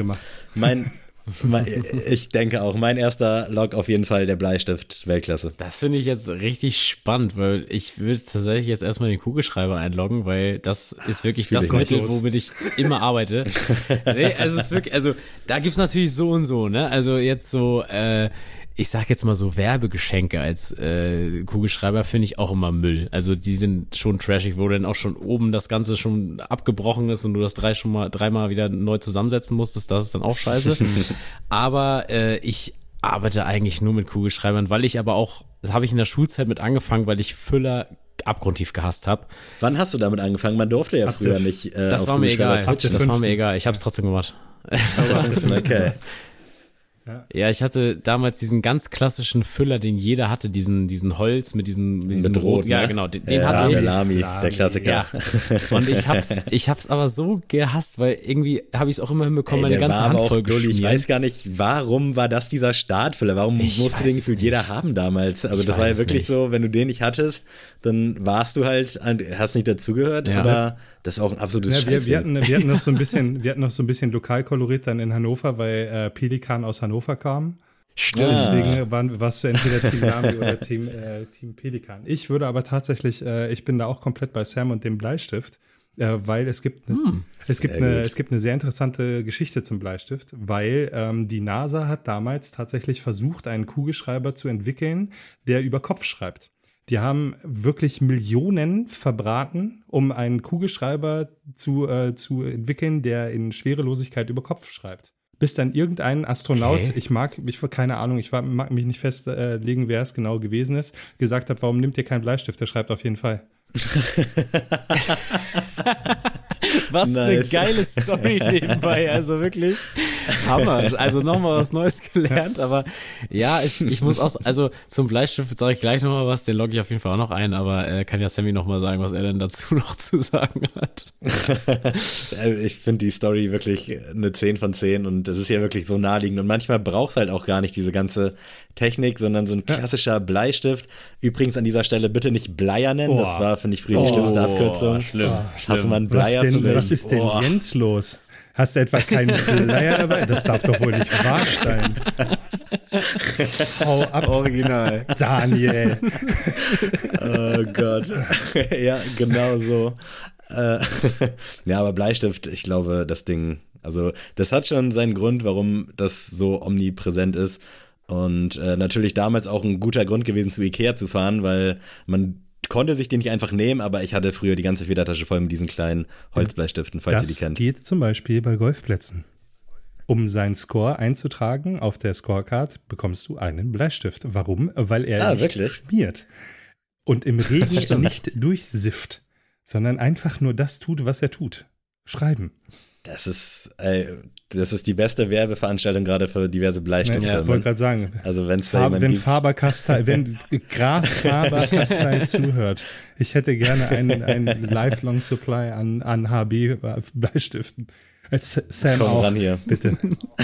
Ich denke auch, mein erster Log auf jeden Fall der Bleistift, Weltklasse. Das finde ich jetzt richtig spannend, weil ich würde tatsächlich jetzt erstmal den Kugelschreiber einloggen, weil das ist wirklich das Mittel, womit ich immer arbeite. Nee, also es ist wirklich, also da gibt's natürlich so und so, ne? Also jetzt so, ich sag jetzt mal so Werbegeschenke als Kugelschreiber finde ich auch immer Müll. Also die sind schon trashig, wo dann auch schon oben das Ganze schon abgebrochen ist und du das dreimal wieder neu zusammensetzen musstest, das ist dann auch scheiße. Aber ich arbeite eigentlich nur mit Kugelschreibern, weil ich aber auch, das habe ich in der Schulzeit mit angefangen, weil ich Füller abgrundtief gehasst habe. Wann hast du damit angefangen? Man durfte ja früher nicht das war mir egal. Das war mir egal. Ich habe es trotzdem gemacht. Okay. Ja, ich hatte damals diesen ganz klassischen Füller, den jeder hatte, diesen Holz mit diesem Rot, ne? Ja, genau, den hatte ich. Der Lamy, der Klassiker. Ja. Und ich hab's aber so gehasst, weil irgendwie habe ich es auch immer hinbekommen, meine ganze Hand voll geschmiert. Ich weiß gar nicht, warum war das dieser Startfüller? Warum musste den gefühlt jeder haben damals? Also das war ja wirklich so, wenn du den nicht hattest, dann warst du halt, hast nicht dazugehört, aber das ist auch ein absolutes Scheiß. Wir hatten noch so ein bisschen Lokalkolorit dann in Hannover, weil Pelikan aus Hannover kam. Stimmt. Deswegen warst du entweder Team Lamy oder Team Pelikan. Ich würde aber tatsächlich, ich bin da auch komplett bei Sam und dem Bleistift, weil es gibt eine sehr interessante Geschichte zum Bleistift, weil die NASA hat damals tatsächlich versucht, einen Kugelschreiber zu entwickeln, der über Kopf schreibt. Die haben wirklich Millionen verbraten, um einen Kugelschreiber zu entwickeln, der in Schwerelosigkeit über Kopf schreibt. Bis dann irgendein Astronaut, keine Ahnung, mag mich nicht festlegen, wer es genau gewesen ist, gesagt hat, warum nimmt ihr keinen Bleistift? Der schreibt auf jeden Fall. Was eine geile Story nebenbei, also wirklich Hammer. Also nochmal was Neues gelernt, aber ja, ich muss auch, also zum Bleistift sage ich gleich nochmal was, den logge ich auf jeden Fall auch noch ein, aber kann ja Sammy nochmal sagen, was er denn dazu noch zu sagen hat. Ich finde die Story wirklich eine 10 von 10 und das ist ja wirklich so naheliegend und manchmal braucht es halt auch gar nicht diese ganze Technik, sondern so ein klassischer Bleistift. Übrigens an dieser Stelle bitte nicht Bleier nennen, das war, finde ich, früher die schlimmste Abkürzung. Schlimm. Hast du mal einen Bleier für mich? Was ist denn Jens los? Hast du etwa keinen Bleier dabei? Das darf doch wohl nicht wahr sein. Hau ab. Original. Daniel. Oh Gott. Ja, genau so. Ja, aber Bleistift, ich glaube, das Ding, also das hat schon seinen Grund, warum das so omnipräsent ist. Und natürlich damals auch ein guter Grund gewesen, zu Ikea zu fahren, weil man konnte sich den nicht einfach nehmen, aber ich hatte früher die ganze Federtasche voll mit diesen kleinen Holzbleistiften, falls ihr die kennt. Das geht zum Beispiel bei Golfplätzen. Um seinen Score einzutragen auf der Scorecard, bekommst du einen Bleistift. Warum? Weil er nicht schmiert und im Regen nicht durchsifft, sondern einfach nur das tut, was er tut. Schreiben. Das ist die beste Werbeveranstaltung gerade für diverse Bleistifte. Ja, ich wollte gerade sagen, also wenn Graf Faber-Castell zuhört, ich hätte gerne einen Lifelong Supply an HB-Bleistiften. Sam komm auch, ran hier. Bitte.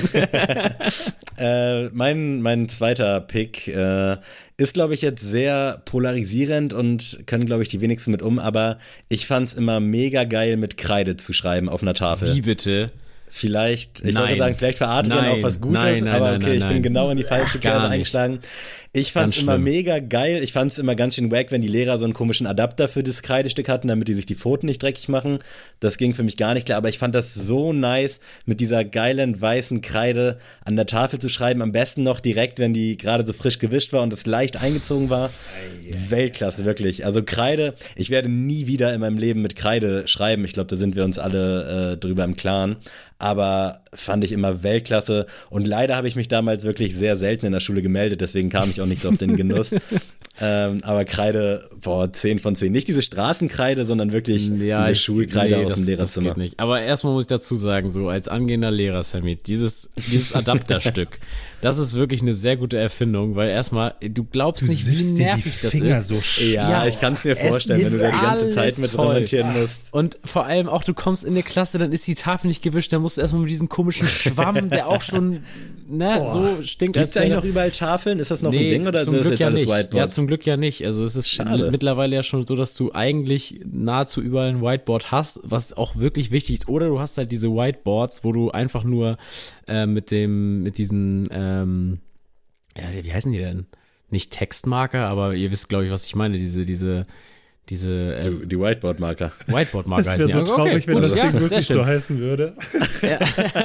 Mein zweiter Pick ist, glaube ich, jetzt sehr polarisierend und können, glaube ich, die wenigsten mit aber ich fand es immer mega geil, mit Kreide zu schreiben auf einer Tafel. Wie bitte? Vielleicht, ich wollte sagen, vielleicht für Adrian auch was Gutes, aber okay, ich bin genau in die falsche Kerbe eingeschlagen. Ich fand's immer mega geil. Ich fand's immer ganz schön wack, wenn die Lehrer so einen komischen Adapter für das Kreidestück hatten, damit die sich die Pfoten nicht dreckig machen. Das ging für mich gar nicht klar, aber ich fand das so nice, mit dieser geilen weißen Kreide an der Tafel zu schreiben. Am besten noch direkt, wenn die gerade so frisch gewischt war und es leicht eingezogen war. Weltklasse, wirklich. Also Kreide, ich werde nie wieder in meinem Leben mit Kreide schreiben. Ich glaube, da sind wir uns alle drüber im Klaren. Aber fand ich immer Weltklasse. Und leider habe ich mich damals wirklich sehr selten in der Schule gemeldet, deswegen kam ich auch nicht so auf den Genuss. Aber Kreide, 10 von 10. Nicht diese Straßenkreide, sondern wirklich diese Schulkreide aus dem Lehrerzimmer. Das geht nicht. Aber erstmal muss ich dazu sagen, so als angehender Lehrer, Sammy, dieses Adapterstück, das ist wirklich eine sehr gute Erfindung, weil erstmal, du glaubst nicht, wie nervig das ist. So ja, ich kann es mir vorstellen, wenn du da die ganze Zeit mit kommentieren musst. Und vor allem auch, du kommst in eine Klasse, dann ist die Tafel nicht gewischt, dann musst du erstmal mit diesem komischen Schwamm, der auch schon so stinkt. Gibt es eigentlich noch überall Tafeln? Ist das noch ein Ding oder ist das jetzt alles Whiteboard? Ja, zum Glück ja nicht. Also es ist mittlerweile ja schon so, dass du eigentlich nahezu überall ein Whiteboard hast, was auch wirklich wichtig ist. Oder du hast halt diese Whiteboards, wo du einfach nur mit diesen wie heißen die denn? Nicht Textmarker, aber ihr wisst, glaube ich, was ich meine. Die Whiteboard-Marker. Whiteboard-Marker heißen die. Das wäre so traurig, wenn das Ding wirklich so heißen würde. Ja.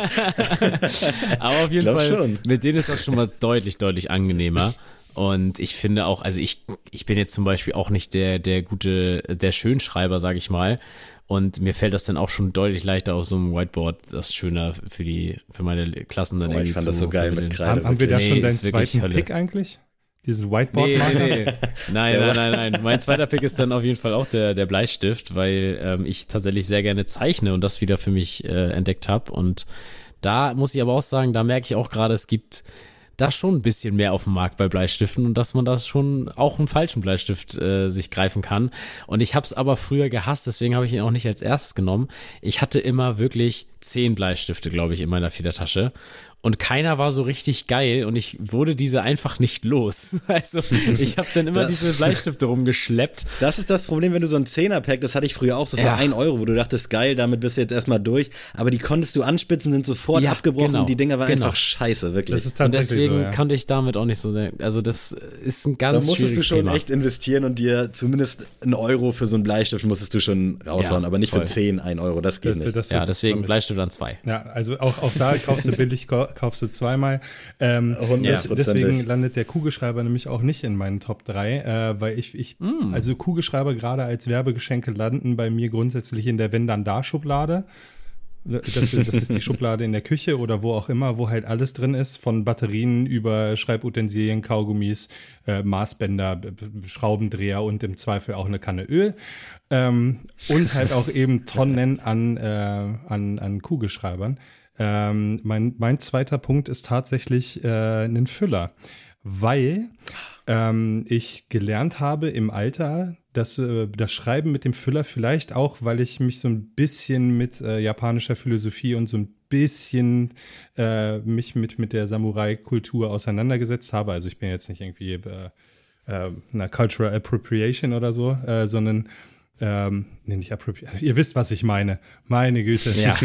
Aber auf jeden Fall, schon. Mit denen ist das schon mal deutlich, deutlich angenehmer. Und ich finde auch, also ich bin jetzt zum Beispiel auch nicht der Schönschreiber, sage ich mal. Und mir fällt das dann auch schon deutlich leichter auf so einem Whiteboard, das schöner für meine Klassen dann irgendwie ich fand das so geil mit Kreide. Haben wir da schon deinen zweiten Pick eigentlich? Diesen Whiteboard-Marker? Nee. Nein. Mein zweiter Pick ist dann auf jeden Fall auch der Bleistift, weil ich tatsächlich sehr gerne zeichne und das wieder für mich entdeckt habe. Und da muss ich aber auch sagen, da merke ich auch gerade, es gibt da schon ein bisschen mehr auf dem Markt bei Bleistiften und dass man das schon auch einen falschen Bleistift sich greifen kann. Und ich habe es aber früher gehasst, deswegen habe ich ihn auch nicht als erstes genommen. Ich hatte immer wirklich 10 Bleistifte, glaube ich, in meiner Federtasche. Und keiner war so richtig geil und ich wurde diese einfach nicht los. Also ich habe dann immer diese Bleistifte rumgeschleppt. Das ist das Problem, wenn du so ein 10er-Pack, das hatte ich früher auch so für 1 Euro, wo du dachtest, geil, damit bist du jetzt erstmal durch. Aber die konntest du anspitzen, sind sofort abgebrochen und die Dinger waren einfach scheiße, wirklich. Das ist tatsächlich und deswegen so, konnte ich damit auch nicht so, also das ist ein ganz schwieriges Thema. Da musstest du schon echt investieren und dir zumindest 1 Euro für so einen Bleistift musstest du schon raushauen, aber nicht für 10 1 Euro, das geht nicht. Deswegen Bleistift an 2. Ja, also auch da kaufst du billig, kaufst du zweimal. 100%. Deswegen landet der Kugelschreiber nämlich auch nicht in meinen Top 3, weil also Kugelschreiber gerade als Werbegeschenke landen bei mir grundsätzlich in der Wenn-Dann-Da-Schublade. Das ist die Schublade in der Küche oder wo auch immer, wo halt alles drin ist, von Batterien über Schreibutensilien, Kaugummis, Maßbänder, Schraubendreher und im Zweifel auch eine Kanne Öl. Und halt auch eben Tonnen an Kugelschreibern. Mein zweiter Punkt ist tatsächlich ein Füller, weil ich gelernt habe im Alter, dass das Schreiben mit dem Füller vielleicht auch, weil ich mich so ein bisschen mit japanischer Philosophie und so ein bisschen mich mit der Samurai-Kultur auseinandergesetzt habe. Also ich bin jetzt nicht irgendwie einer Cultural Appropriation oder so, sondern nicht appropriate. Ihr wisst, was ich meine. Meine Güte. Ja.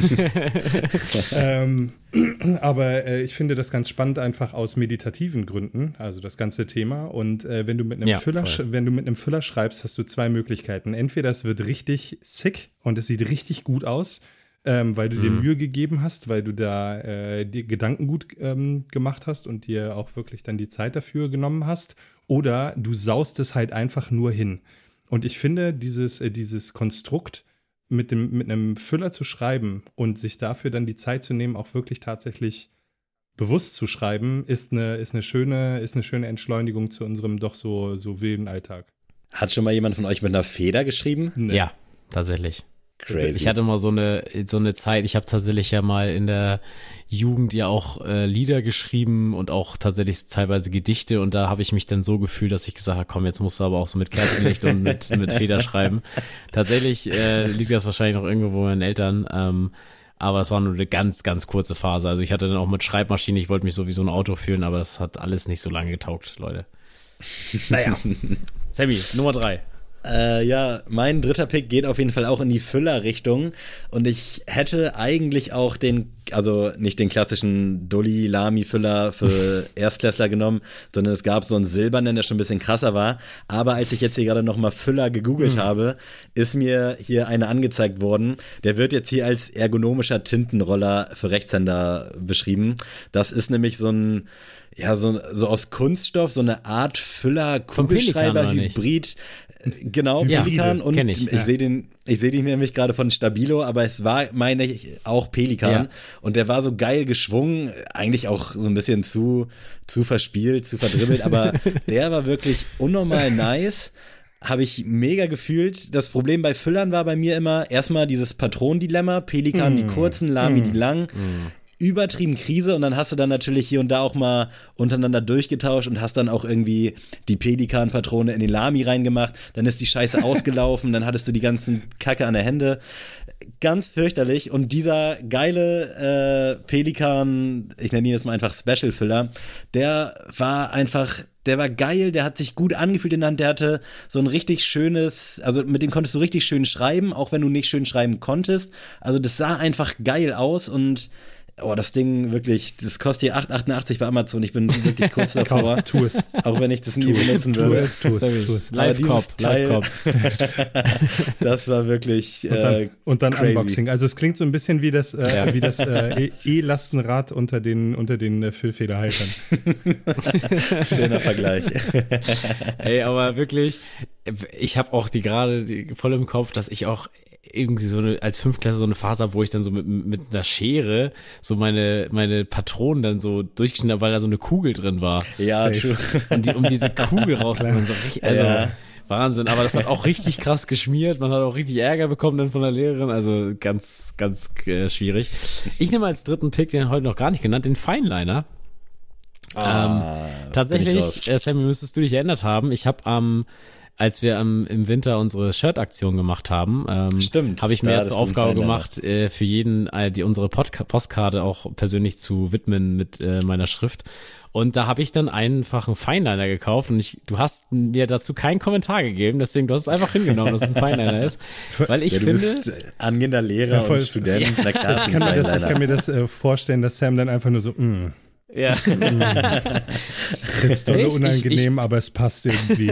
Aber ich finde das ganz spannend, einfach aus meditativen Gründen, also das ganze Thema. Und wenn du mit einem Füller schreibst, hast du 2 Möglichkeiten. Entweder es wird richtig sick und es sieht richtig gut aus, weil du dir Mühe gegeben hast, weil du da dir Gedanken gut gemacht hast und dir auch wirklich dann die Zeit dafür genommen hast. Oder du saust es halt einfach nur hin. Und ich finde, dieses Konstrukt mit einem Füller zu schreiben und sich dafür dann die Zeit zu nehmen, auch wirklich tatsächlich bewusst zu schreiben, ist eine schöne Entschleunigung zu unserem doch so wilden Alltag. Hat schon mal jemand von euch mit einer Feder geschrieben? Nee. Ja, tatsächlich. Crazy. Ich hatte mal so eine Zeit, ich habe tatsächlich ja mal in der Jugend ja auch Lieder geschrieben und auch tatsächlich teilweise Gedichte und da habe ich mich dann so gefühlt, dass ich gesagt habe, komm, jetzt musst du aber auch so mit Kerzenlicht und mit Feder schreiben. Tatsächlich liegt das wahrscheinlich noch irgendwo bei meinen Eltern, aber es war nur eine ganz, ganz kurze Phase. Also ich hatte dann auch mit Schreibmaschine, ich wollte mich so wie so ein Auto fühlen, aber das hat alles nicht so lange getaugt, Leute. Naja. Sammy, Nummer 3. Ja, mein dritter Pick geht auf jeden Fall auch in die Füller-Richtung und ich hätte eigentlich auch also nicht den klassischen Dulli-Lami-Füller für Erstklässler genommen, sondern es gab so einen silbernen, der schon ein bisschen krasser war, aber als ich jetzt hier gerade nochmal Füller gegoogelt habe, ist mir hier einer angezeigt worden, der wird jetzt hier als ergonomischer Tintenroller für Rechtshänder beschrieben. Das ist nämlich so ein so aus Kunststoff, so eine Art Füller-Kugelschreiber-Hybrid. Genau, Ja, Pelikan und kenn ich. ich sehe den nämlich gerade von Stabilo, aber es war, meine ich, auch Pelikan Ja. und der war so geil geschwungen, eigentlich auch so ein bisschen zu verspielt, zu verdribbelt, aber der war wirklich unnormal nice. Habe ich mega gefühlt. Das Problem bei Füllern war bei mir immer erstmal dieses Patronendilemma, Pelikan die kurzen, Lami die langen. Übertrieben Krise und dann hast du dann natürlich hier und da auch mal untereinander durchgetauscht und hast dann auch irgendwie die Pelikan-Patrone in den Lami reingemacht, dann ist die Scheiße ausgelaufen, dann hattest du die ganzen Kacke an der Hände. Ganz fürchterlich und dieser geile Pelikan, ich nenne ihn jetzt mal einfach Special-Filler, der war geil, der hat sich gut angefühlt in der Hand, der hatte so ein richtig schönes, also mit dem konntest du richtig schön schreiben, auch wenn du nicht schön schreiben konntest, also das sah einfach geil aus und das Ding wirklich, das kostet hier 8,88 bei Amazon. Ich bin wirklich kurz davor. Tu es. Auch wenn ich das nie benutzen würde. Tu es. Live-Cop. Das war wirklich und dann crazy. Unboxing. Also es klingt so ein bisschen wie das E-Lastenrad unter den Füllfederhaltern. Schöner Vergleich. Ey, aber wirklich, ich habe auch die voll im Kopf, dass ich auch irgendwie als Fünftklässler so eine Phase habe, wo ich dann so mit einer Schere so meine Patronen dann so durchgeschnitten habe, weil da so eine Kugel drin war. Ja, true. Und um diese Kugel rauszuholen, so richtig, Wahnsinn, aber das hat auch richtig krass geschmiert, man hat auch richtig Ärger bekommen dann von der Lehrerin, also ganz, ganz schwierig. Ich nehme als dritten Pick, den heute noch gar nicht genannt, den Fineliner. Tatsächlich, Sammy, müsstest du dich erinnert haben, ich habe als wir im Winter unsere Shirt-Aktion gemacht haben, habe ich mir zur Aufgabe gemacht, für jeden unsere Postkarte auch persönlich zu widmen mit meiner Schrift. Und da habe ich dann einfach einen Fineliner gekauft und du hast mir dazu keinen Kommentar gegeben, deswegen du hast es einfach hingenommen, dass es ein Fineliner ist. Weil ich finde, du bist angehender Lehrer und Student. Na klar, ich kann mir das vorstellen, dass Sam dann einfach nur so, ja. Das ist jetzt dolle unangenehm, aber es passt irgendwie.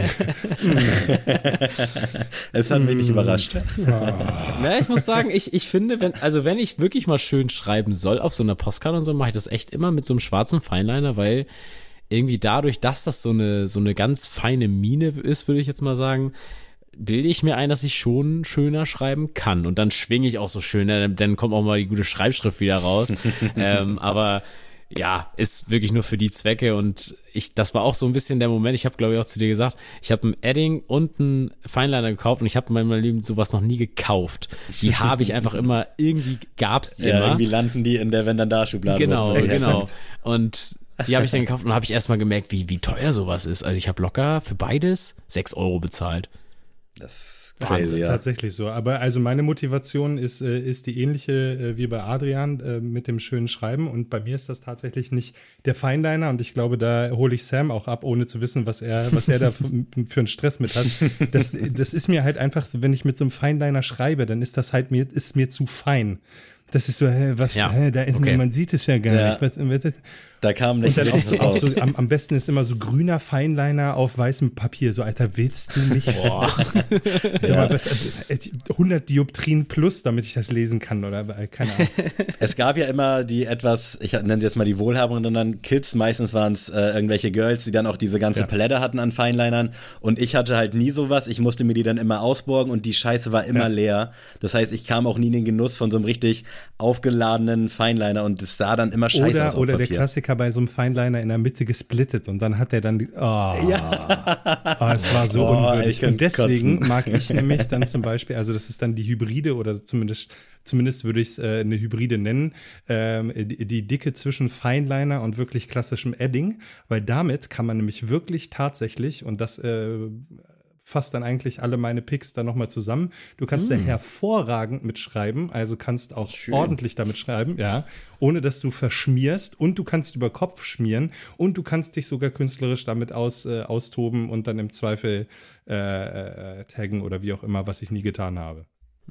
Es hat mich nicht überrascht. Na, ich muss sagen, ich finde, wenn ich wirklich mal schön schreiben soll auf so einer Postkarte und so, mache ich das echt immer mit so einem schwarzen Fineliner, weil irgendwie dadurch, dass das so eine ganz feine Mine ist, würde ich jetzt mal sagen, bilde ich mir ein, dass ich schon schöner schreiben kann. Und dann schwinge ich auch so schön, dann kommt auch mal die gute Schreibschrift wieder raus. Aber ja, ist wirklich nur für die Zwecke und das war auch so ein bisschen der Moment, ich habe glaube ich auch zu dir gesagt, ich habe ein Edding und einen Fineliner gekauft und ich habe in meinem Leben sowas noch nie gekauft. Die habe ich einfach immer, irgendwie gab's die immer. Irgendwie landen die in der Wenn-dann-da-Schublade. Genau. Und die habe ich dann gekauft und habe ich erstmal gemerkt, wie teuer sowas ist. Also ich habe locker für beides 6 € bezahlt. Das Das ist tatsächlich so. Aber also meine Motivation ist die ähnliche wie bei Adrian mit dem schönen Schreiben. Und bei mir ist das tatsächlich nicht der Fineliner. Und ich glaube, da hole ich Sam auch ab, ohne zu wissen, was er da für einen Stress mit hat. Das ist mir halt einfach so, wenn ich mit so einem Fineliner schreibe, dann ist das halt mir zu fein. Das ist so, man sieht es ja gar nicht. Da kam nicht und dann auch so, am besten ist immer so grüner Fineliner auf weißem Papier. So, Alter, willst du nicht? Boah. 100 Dioptrien plus, damit ich das lesen kann, oder? Keine Ahnung. Es gab ja immer die ich nenne sie jetzt mal die wohlhabenden Kids, meistens waren es irgendwelche Girls, die dann auch diese ganze Palette hatten an Finelinern und ich hatte halt nie sowas, ich musste mir die dann immer ausborgen und die Scheiße war immer leer. Das heißt, ich kam auch nie in den Genuss von so einem richtig aufgeladenen Fineliner und es sah dann immer scheiße aus auf Oder Papier. Der Klassiker bei so einem Fineliner in der Mitte gesplittet und dann hat er dann es war so unwürdig. Und deswegen mag ich nämlich dann zum Beispiel, also das ist dann die Hybride oder zumindest würde ich es eine Hybride nennen, die Dicke zwischen Fineliner und wirklich klassischem Edding, weil damit kann man nämlich wirklich tatsächlich, und das fasst dann eigentlich alle meine Picks dann nochmal zusammen. Du kannst da hervorragend mitschreiben, also kannst auch ordentlich damit schreiben, ja, ohne dass du verschmierst, und du kannst über Kopf schmieren und du kannst dich sogar künstlerisch damit austoben und dann im Zweifel taggen oder wie auch immer, was ich nie getan habe.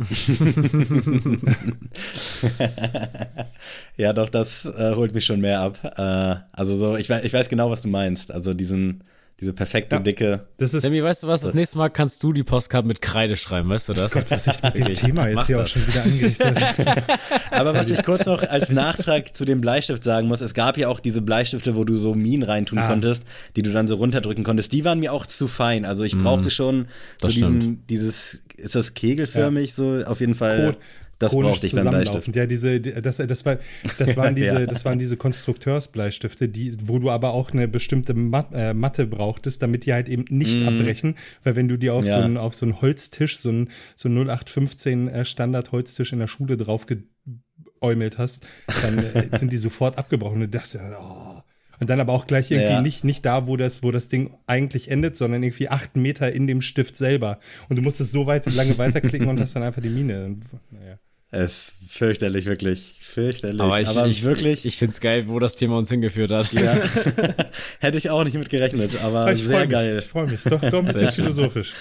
Ja, doch, das holt mich schon mehr ab. Also so, ich weiß genau, was du meinst. Also diese perfekte, dicke. Sammy, weißt du was? Das nächste Mal kannst du die Postkarte mit Kreide schreiben, weißt du das? Gott, was ich mit dem Thema jetzt hier auch schon wieder angerichtet habe. Aber was ich kurz noch als Nachtrag zu dem Bleistift sagen muss, es gab ja auch diese Bleistifte, wo du so Minen reintun konntest, die du dann so runterdrücken konntest. Die waren mir auch zu fein. Also ich brauchte schon so ist das kegelförmig so? Auf jeden Fall. Das brauchte ich beim Bleistift. Ja, das waren diese Konstrukteursbleistifte, wo du aber auch eine bestimmte Matte brauchtest, damit die halt eben nicht abbrechen, weil wenn du die auf so einen Holztisch, so einen 0815 Standard-Holztisch in der Schule drauf geäumelt hast, dann sind die sofort abgebrochen. Und das Und dann aber auch gleich irgendwie nicht da, wo das Ding eigentlich endet, sondern irgendwie 8 Meter in dem Stift selber. Und du musstest so lange weiterklicken und hast dann einfach die Mine. Naja. Es ist fürchterlich, wirklich fürchterlich. Aber ich finde es geil, wo das Thema uns hingeführt hat. Ja. Hätte ich auch nicht mit gerechnet, aber sehr geil. Ich freue mich. Doch ein bisschen philosophisch.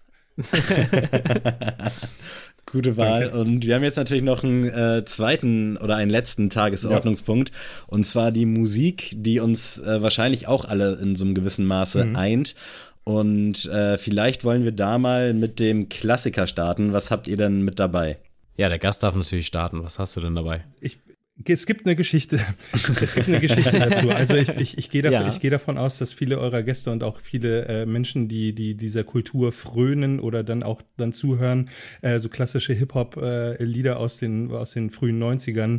Gute Wahl. Danke. Und wir haben jetzt natürlich noch einen zweiten oder einen letzten Tagesordnungspunkt. Ja. Und zwar die Musik, die uns wahrscheinlich auch alle in so einem gewissen Maße eint. Und vielleicht wollen wir da mal mit dem Klassiker starten. Was habt ihr denn mit dabei? Ja, der Gast darf natürlich starten. Was hast du denn dabei? Es gibt eine Geschichte. Dazu. Also ich gehe davon aus, dass viele eurer Gäste und auch viele Menschen, die dieser Kultur frönen oder dann zuhören, so klassische Hip-Hop-Lieder aus den frühen 90ern,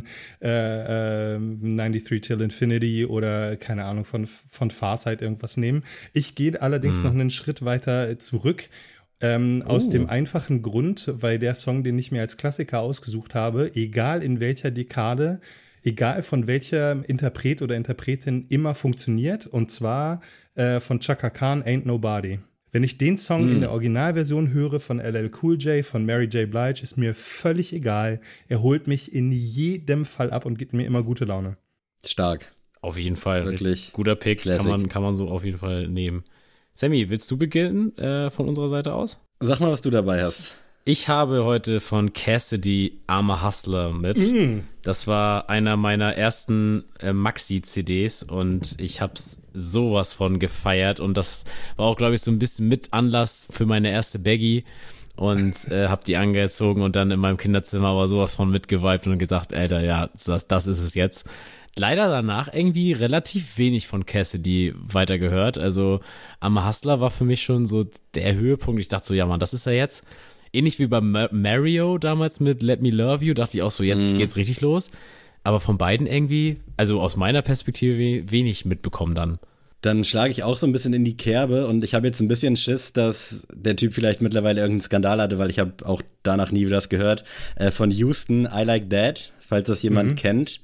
93 Till Infinity oder keine Ahnung, von Farsight irgendwas nehmen. Ich gehe allerdings noch einen Schritt weiter zurück. Aus dem einfachen Grund, weil der Song, den ich mir als Klassiker ausgesucht habe, egal in welcher Dekade, egal von welcher Interpret oder Interpretin, immer funktioniert, und zwar von Chaka Khan, Ain't Nobody. Wenn ich den Song in der Originalversion höre von LL Cool J, von Mary J. Blige, ist mir völlig egal. Er holt mich in jedem Fall ab und gibt mir immer gute Laune. Stark. Auf jeden Fall. Wirklich. Guter Pick, kann man so auf jeden Fall nehmen. Sammy, willst du beginnen von unserer Seite aus? Sag mal, was du dabei hast. Ich habe heute von Cassidy I'm a Hustler mit. Das war einer meiner ersten Maxi-CDs und ich hab's sowas von gefeiert. Und das war auch, glaube ich, so ein bisschen mit Anlass für meine erste Baggy. Und hab die angezogen und dann in meinem Kinderzimmer aber sowas von mitgeweibt und gedacht, Alter, ja, das ist es jetzt. Leider danach irgendwie relativ wenig von Cassidy weitergehört. Also I'm a Hustler war für mich schon so der Höhepunkt. Ich dachte so, ja Mann, das ist er jetzt. Ähnlich wie bei Mario damals mit Let Me Love You, dachte ich auch so, jetzt geht's richtig los. Aber von beiden irgendwie, also aus meiner Perspektive wenig mitbekommen dann. Dann schlage ich auch so ein bisschen in die Kerbe und ich habe jetzt ein bisschen Schiss, dass der Typ vielleicht mittlerweile irgendeinen Skandal hatte, weil ich habe auch danach nie wieder das gehört. Von Houston, I Like That, falls das jemand kennt.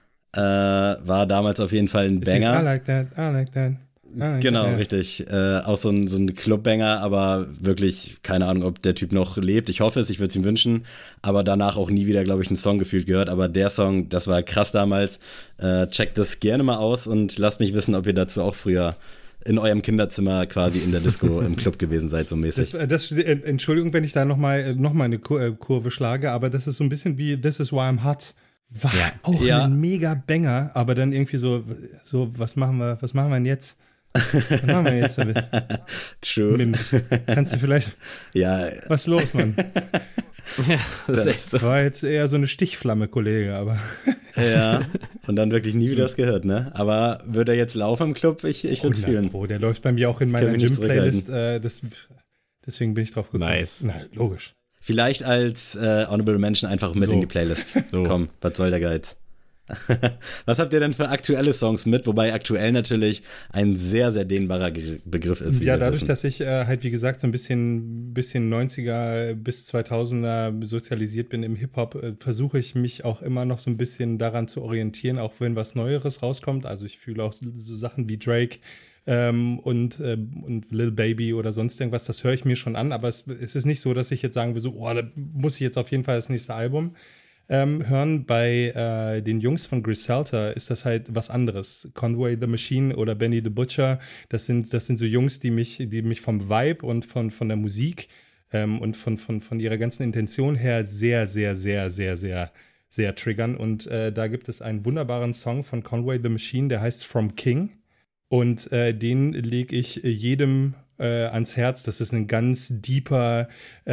War damals auf jeden Fall ein Banger. I like that, I like that. Genau, richtig. Auch so ein Clubbanger, aber wirklich keine Ahnung, ob der Typ noch lebt. Ich hoffe es, ich würde es ihm wünschen. Aber danach auch nie wieder, glaube ich, einen Song gefühlt gehört. Aber der Song, das war krass damals. Checkt das gerne mal aus und lasst mich wissen, ob ihr dazu auch früher in eurem Kinderzimmer quasi in der Disco im Club gewesen seid, so mäßig. Entschuldigung, wenn ich da noch mal eine Kurve schlage, aber das ist so ein bisschen wie This Is Why I'm Hot. War auch ein mega Banger, aber dann irgendwie so, was machen wir denn jetzt? Was machen wir jetzt damit? True. Mims, kannst du vielleicht, was ist los, Mann? Ja, das ist echt so. War jetzt eher so eine Stichflamme, Kollege, aber. Ja, und dann wirklich nie wieder was gehört, ne? Aber würde er jetzt laufen im Club? Ich würde es fühlen. Der läuft bei mir auch in meiner Gym-Playlist, deswegen bin ich drauf gekommen. Nice. Na, logisch. Vielleicht als Honorable Mention einfach mit in die Playlist. So. Komm, was soll der Geiz? Was habt ihr denn für aktuelle Songs mit? Wobei aktuell natürlich ein sehr, sehr dehnbarer Begriff ist. Ja, dadurch, dass ich halt, wie gesagt, so ein bisschen 90er bis 2000er sozialisiert bin im Hip-Hop, versuche ich mich auch immer noch so ein bisschen daran zu orientieren, auch wenn was Neueres rauskommt. Also ich fühle auch so Sachen wie Drake und Lil Baby oder sonst irgendwas, das höre ich mir schon an, aber es ist nicht so, dass ich jetzt sagen will, so, da muss ich jetzt auf jeden Fall das nächste Album hören. Bei den Jungs von Griselda ist das halt was anderes. Conway the Machine oder Benny the Butcher, das sind so Jungs, die mich vom Vibe und von der Musik und von ihrer ganzen Intention her sehr, sehr, sehr, sehr, sehr, sehr triggern. Und da gibt es einen wunderbaren Song von Conway the Machine, der heißt From King. Und den lege ich jedem ans Herz. Das ist ein ganz deeper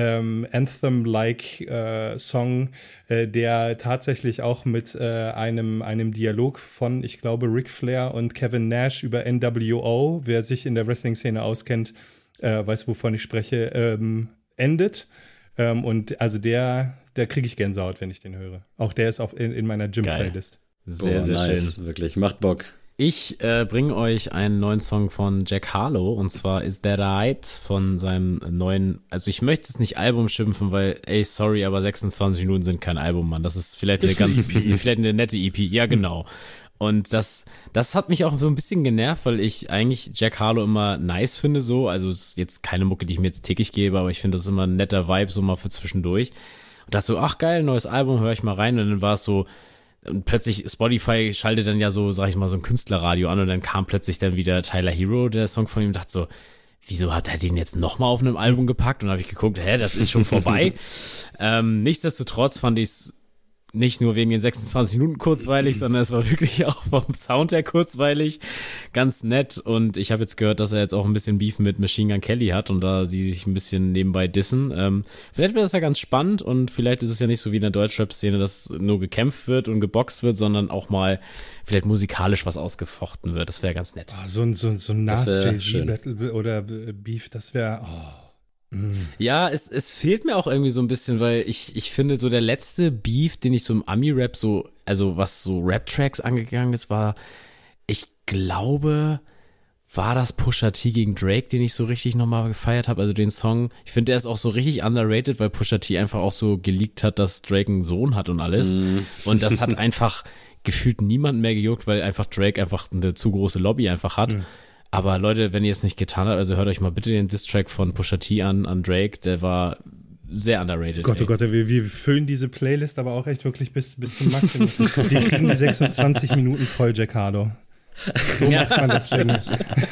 Anthem-like Song, der tatsächlich auch mit einem Dialog von, ich glaube, Ric Flair und Kevin Nash über NWO, wer sich in der Wrestling-Szene auskennt, weiß, wovon ich spreche, endet. Und also der kriege ich Gänsehaut, wenn ich den höre. Auch der ist in meiner Gym-Playlist. Sehr, sehr nice. schön. Wirklich, macht Bock. Ich bringe euch einen neuen Song von Jack Harlow, und zwar Is That Right von seinem neuen, also ich möchte es nicht Album schimpfen, weil, sorry, aber 26 Minuten sind kein Album, Mann. Das ist vielleicht vielleicht eine nette EP. Ja, genau. Und das hat mich auch so ein bisschen genervt, weil ich eigentlich Jack Harlow immer nice finde, so. Also es ist jetzt keine Mucke, die ich mir jetzt täglich gebe, aber ich finde, das ist immer ein netter Vibe, so mal für zwischendurch. Und dachte so, ach geil, neues Album, höre ich mal rein. Und dann war es so, und plötzlich Spotify schaltet dann ja so, sag ich mal, so ein Künstlerradio an und dann kam plötzlich dann wieder Tyler Hero, der Song von ihm, und dachte so, wieso hat er den jetzt nochmal auf einem Album gepackt? Und dann habe ich geguckt, das ist schon vorbei. Nichtsdestotrotz fand ich es nicht nur wegen den 26 Minuten kurzweilig, sondern es war wirklich auch vom Sound her kurzweilig, ganz nett. Und ich habe jetzt gehört, dass er jetzt auch ein bisschen Beef mit Machine Gun Kelly hat und da sie sich ein bisschen nebenbei dissen. Vielleicht wird das ja ganz spannend und vielleicht ist es ja nicht so wie in der Deutschrap-Szene, dass nur gekämpft wird und geboxt wird, sondern auch mal vielleicht musikalisch was ausgefochten wird. Das wäre ganz nett. Oh, so ein Nas-Jay-Z-Battle oder Beef, das wäre... Ja, es fehlt mir auch irgendwie so ein bisschen, weil ich finde, so der letzte Beef, den ich so im Ami-Rap so, also was so Rap-Tracks angegangen ist, war, ich glaube, war das Pusha T gegen Drake, den ich so richtig nochmal gefeiert habe, also den Song. Ich finde, der ist auch so richtig underrated, weil Pusha T einfach auch so geleakt hat, dass Drake einen Sohn hat und alles. Und das hat einfach gefühlt niemand mehr gejuckt, weil einfach Drake einfach eine zu große Lobby einfach hat. Aber Leute, wenn ihr es nicht getan habt, also hört euch mal bitte den Diss-Track von Pusha T an Drake, der war sehr underrated. Gott, oh Gott, wir füllen diese Playlist aber auch echt wirklich bis zum Maximum. Wir kriegen die 26 Minuten voll, Jack Harlow. So macht man das, Dennis.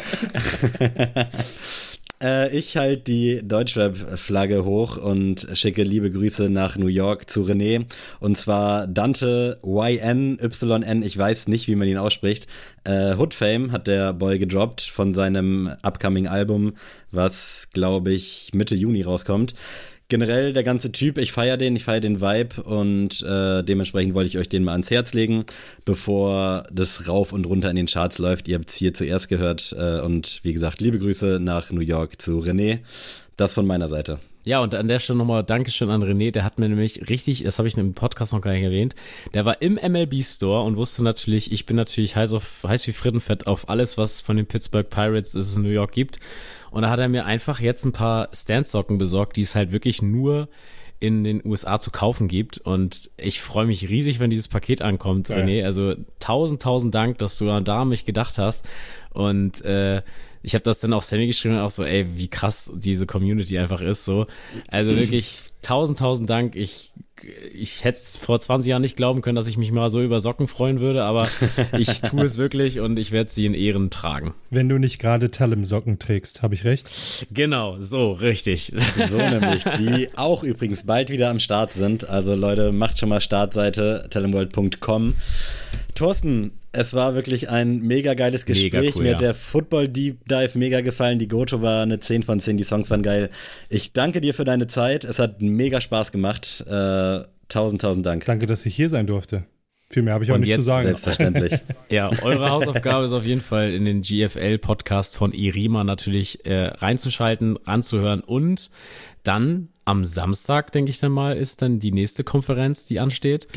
Ich halte die Deutschrap-Flagge hoch und schicke liebe Grüße nach New York zu René. Und zwar Dante YN, ich weiß nicht, wie man ihn ausspricht. Hood Fame hat der Boy gedroppt von seinem upcoming Album, was, glaube ich, Mitte Juni rauskommt. Generell der ganze Typ, ich feiere den Vibe und dementsprechend wollte ich euch den mal ans Herz legen, bevor das rauf und runter in den Charts läuft. Ihr habt es hier zuerst gehört und wie gesagt, liebe Grüße nach New York zu René. Das von meiner Seite. Ja, und an der Stelle nochmal Dankeschön an René, der hat mir nämlich richtig, das habe ich im Podcast noch gar nicht erwähnt, der war im MLB Store und wusste natürlich, ich bin natürlich heiß wie Frittenfett auf alles, was von den Pittsburgh Pirates es in New York gibt. Und da hat er mir einfach jetzt ein paar Stand-Socken besorgt, die es halt wirklich nur in den USA zu kaufen gibt. Und ich freue mich riesig, wenn dieses Paket ankommt, ja. René. Also 1000 Dank, dass du da an mich gedacht hast. Und ich habe das dann auch Sammy geschrieben und auch so, wie krass diese Community einfach ist. So, also wirklich 1000 Dank. Ich hätte es vor 20 Jahren nicht glauben können, dass ich mich mal so über Socken freuen würde, aber ich tue es wirklich und ich werde sie in Ehren tragen. Wenn du nicht gerade Tellem-Socken trägst, habe ich recht? Genau, so, richtig. So nämlich, die auch übrigens bald wieder am Start sind. Also Leute, macht schon mal Startseite, tellemworld.com. Thorsten, es war wirklich ein mega geiles Gespräch. Mega cool, mir hat der Football Deep Dive mega gefallen. Die Goto war eine 10 von 10, die Songs waren geil. Ich danke dir für deine Zeit. Es hat mega Spaß gemacht. 1000 Dank. Danke, dass ich hier sein durfte. Viel mehr habe ich auch nicht zu sagen. Selbstverständlich. Ja, eure Hausaufgabe ist auf jeden Fall in den GFL-Podcast von Erima natürlich reinzuschalten, anzuhören und dann am Samstag, denke ich dann mal, ist dann die nächste Konferenz, die ansteht. Genau.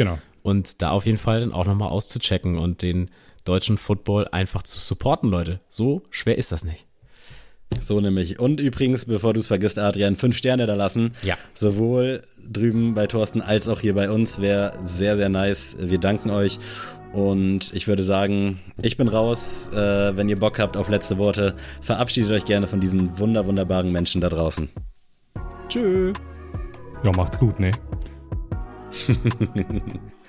und da auf jeden Fall dann auch nochmal auszuchecken und den deutschen Football einfach zu supporten, Leute. So schwer ist das nicht. So nämlich. Und übrigens, bevor du es vergisst, Adrian, 5 Sterne da lassen. Ja. Sowohl drüben bei Thorsten als auch hier bei uns. Wäre sehr, sehr nice. Wir danken euch. Und ich würde sagen, ich bin raus. Wenn ihr Bock habt auf letzte Worte, verabschiedet euch gerne von diesen wunderbaren Menschen da draußen. Tschö. Ja, macht's gut, ne?